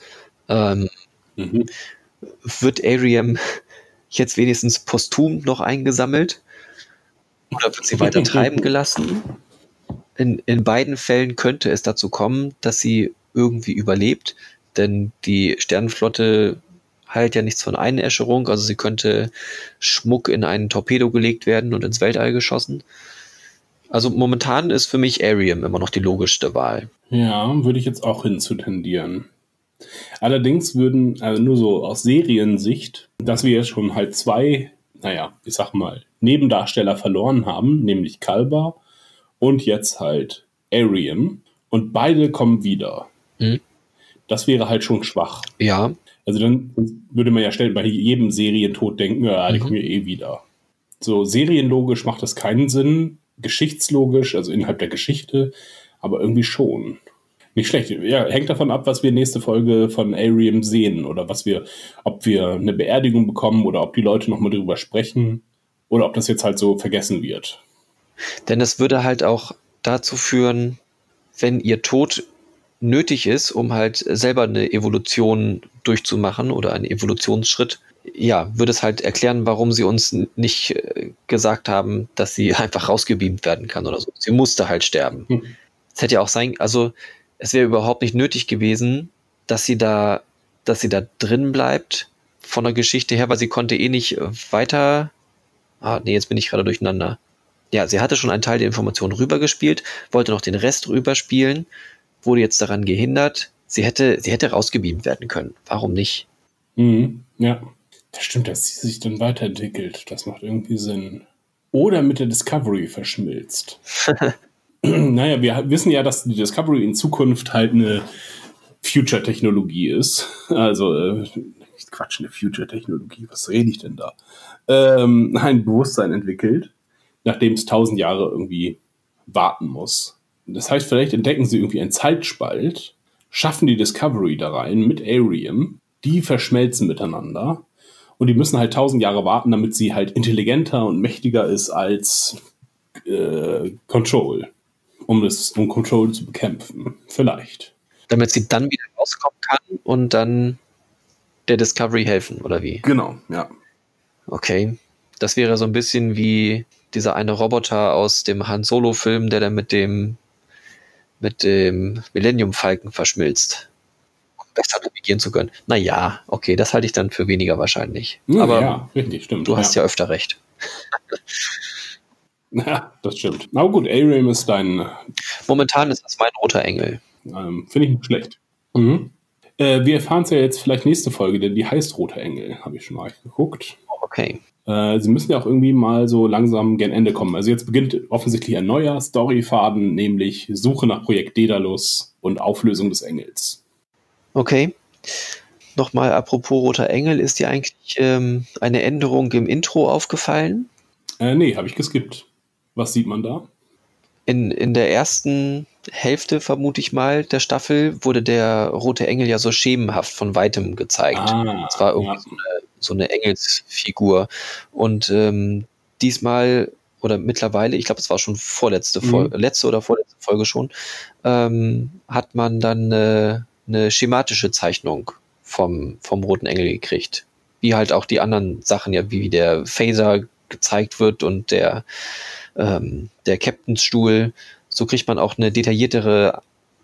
[SPEAKER 4] Wird Arium jetzt wenigstens posthum noch eingesammelt? Oder wird sie weiter treiben gelassen? In beiden Fällen könnte es dazu kommen, dass sie irgendwie überlebt. Denn die Sternenflotte heilt ja nichts von Einäscherung, also sie könnte Schmuck in einen Torpedo gelegt werden und ins Weltall geschossen. Also momentan ist für mich Arium immer noch die logischste Wahl.
[SPEAKER 5] Ja, würde ich jetzt auch hinzutendieren. Allerdings würden, also nur so aus Seriensicht, dass wir jetzt schon halt zwei, ich sag mal, Nebendarsteller verloren haben, nämlich Culber und jetzt halt Arium, und beide kommen wieder. Das wäre halt schon schwach.
[SPEAKER 4] Ja.
[SPEAKER 5] Also dann würde man ja bei jedem Serientod denken, ja, die kommen ja eh wieder. So serienlogisch macht das keinen Sinn, geschichtslogisch, also innerhalb der Geschichte, aber irgendwie schon. Nicht schlecht. Ja, hängt davon ab, was wir nächste Folge von Arium sehen oder ob wir eine Beerdigung bekommen oder ob die Leute nochmal drüber sprechen oder ob das jetzt halt so vergessen wird.
[SPEAKER 4] Denn das würde halt auch dazu führen, wenn ihr Tod nötig ist, um halt selber eine Evolution durchzumachen oder einen Evolutionsschritt, ja, würde es halt erklären, warum sie uns nicht gesagt haben, dass sie einfach rausgebeamt werden kann oder so. Sie musste halt sterben. Es hätte ja auch sein, also es wäre überhaupt nicht nötig gewesen, dass sie da drin bleibt von der Geschichte her, weil sie konnte eh nicht weiter. Jetzt bin ich gerade durcheinander. Ja, sie hatte schon einen Teil der Informationen rübergespielt, wollte noch den Rest rüberspielen, wurde jetzt daran gehindert. Sie hätte rausgebeamt werden können. Warum nicht?
[SPEAKER 5] Ja, das stimmt, dass sie sich dann weiterentwickelt. Das macht irgendwie Sinn. Oder mit der Discovery verschmilzt. Naja, wir wissen ja, dass die Discovery in Zukunft halt eine Future-Technologie ist. Also, Quatsch, eine Future-Technologie. Was rede ich denn da? Ein Bewusstsein entwickelt, nachdem es 1000 Jahre irgendwie warten muss. Das heißt, vielleicht entdecken sie irgendwie einen Zeitspalt, schaffen die Discovery da rein mit Arium, die verschmelzen miteinander und die müssen halt 1000 Jahre warten, damit sie halt intelligenter und mächtiger ist als Control, um Control zu bekämpfen. Vielleicht.
[SPEAKER 4] Damit sie dann wieder rauskommen kann und dann der Discovery helfen, oder wie?
[SPEAKER 5] Genau, ja.
[SPEAKER 4] Okay. Das wäre so ein bisschen wie dieser eine Roboter aus dem Han Solo-Film, der dann mit dem Millennium Falcon verschmilzt, um besser navigieren zu können. Naja, okay, das halte ich dann für weniger wahrscheinlich. Aber
[SPEAKER 5] ja, richtig, stimmt.
[SPEAKER 4] Du hast ja öfter recht.
[SPEAKER 5] Ja, das stimmt. Aber gut, Arium ist dein...
[SPEAKER 4] Momentan ist das mein roter Engel.
[SPEAKER 5] Finde ich nicht schlecht. Wir erfahren es ja jetzt vielleicht nächste Folge, denn die heißt Roter Engel, habe ich schon mal geguckt.
[SPEAKER 4] Okay.
[SPEAKER 5] Sie müssen ja auch irgendwie mal so langsam gen Ende kommen. Also jetzt beginnt offensichtlich ein neuer Storyfaden, nämlich Suche nach Projekt Daedalus und Auflösung des Engels.
[SPEAKER 4] Okay. Nochmal apropos Roter Engel, ist dir eigentlich eine Änderung im Intro aufgefallen?
[SPEAKER 5] Nee, habe ich geskippt. Was sieht man da?
[SPEAKER 4] In der ersten Hälfte, vermute ich mal, der Staffel wurde der Rote Engel ja so schemenhaft von Weitem gezeigt. Es war irgendwie so eine Engelsfigur. Und diesmal oder mittlerweile, ich glaube, es war schon letzte oder vorletzte Folge schon, hat man dann eine schematische Zeichnung vom Roten Engel gekriegt. Wie halt auch die anderen Sachen, ja, wie der Phaser gezeigt wird und der Captainsstuhl. So kriegt man auch eine detailliertere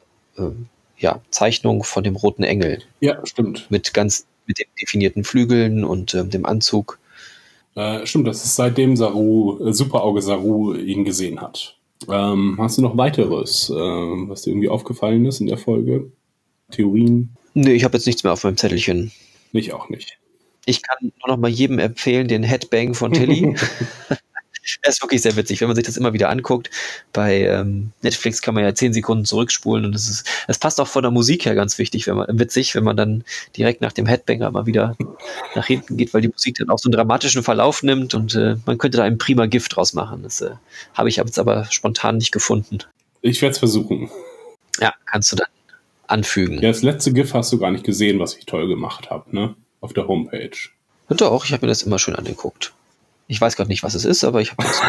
[SPEAKER 4] Zeichnung von dem Roten Engel.
[SPEAKER 5] Ja, stimmt.
[SPEAKER 4] Mit den definierten Flügeln und dem Anzug.
[SPEAKER 5] Stimmt, das ist seitdem Superauge Saru ihn gesehen hat. Hast du noch weiteres, was dir irgendwie aufgefallen ist in der Folge? Theorien?
[SPEAKER 4] Nee, ich habe jetzt nichts mehr auf meinem Zettelchen.
[SPEAKER 5] Ich auch nicht.
[SPEAKER 4] Ich kann nur noch mal jedem empfehlen, den Headbang von Tilly. Das ist wirklich sehr witzig, wenn man sich das immer wieder anguckt. Bei Netflix kann man ja 10 Sekunden zurückspulen und es passt auch von der Musik her ganz witzig, wenn man dann direkt nach dem Headbanger mal wieder nach hinten geht, weil die Musik dann auch so einen dramatischen Verlauf nimmt und man könnte da einen prima Gift draus machen. Das habe ich jetzt aber spontan nicht gefunden.
[SPEAKER 5] Ich werde es versuchen.
[SPEAKER 4] Ja, kannst du dann anfügen.
[SPEAKER 5] Ja, das letzte GIF hast du gar nicht gesehen, was ich toll gemacht habe, ne? Auf der Homepage.
[SPEAKER 4] Und doch, ich habe mir das immer schön angeguckt. Ich weiß gerade nicht, was es ist, aber ich habe das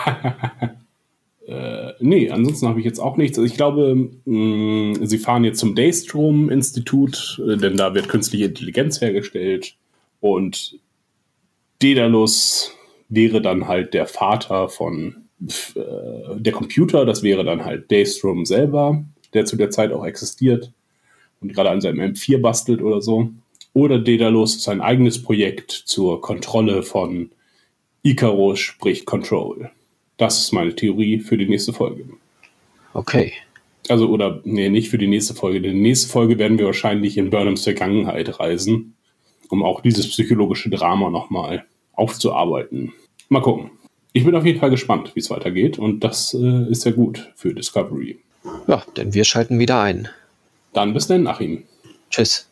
[SPEAKER 5] nicht. Nee, ansonsten habe ich jetzt auch nichts. Also ich glaube, sie fahren jetzt zum Daystrom-Institut, denn da wird künstliche Intelligenz hergestellt. Und Daedalus wäre dann halt der Vater von der Computer. Das wäre dann halt Daystrom selber, der zu der Zeit auch existiert und gerade an seinem M4 bastelt oder so. Oder Daedalus ist ein eigenes Projekt zur Kontrolle von Icarus, sprich Control. Das ist meine Theorie für die nächste Folge.
[SPEAKER 4] Okay.
[SPEAKER 5] Also, nicht für die nächste Folge. In der nächsten Folge werden wir wahrscheinlich in Burnhams Vergangenheit reisen, um auch dieses psychologische Drama nochmal aufzuarbeiten. Mal gucken. Ich bin auf jeden Fall gespannt, wie es weitergeht. Und das ist ja gut für Discovery.
[SPEAKER 4] Ja, denn wir schalten wieder ein.
[SPEAKER 5] Dann bis dann, Achim.
[SPEAKER 4] Tschüss.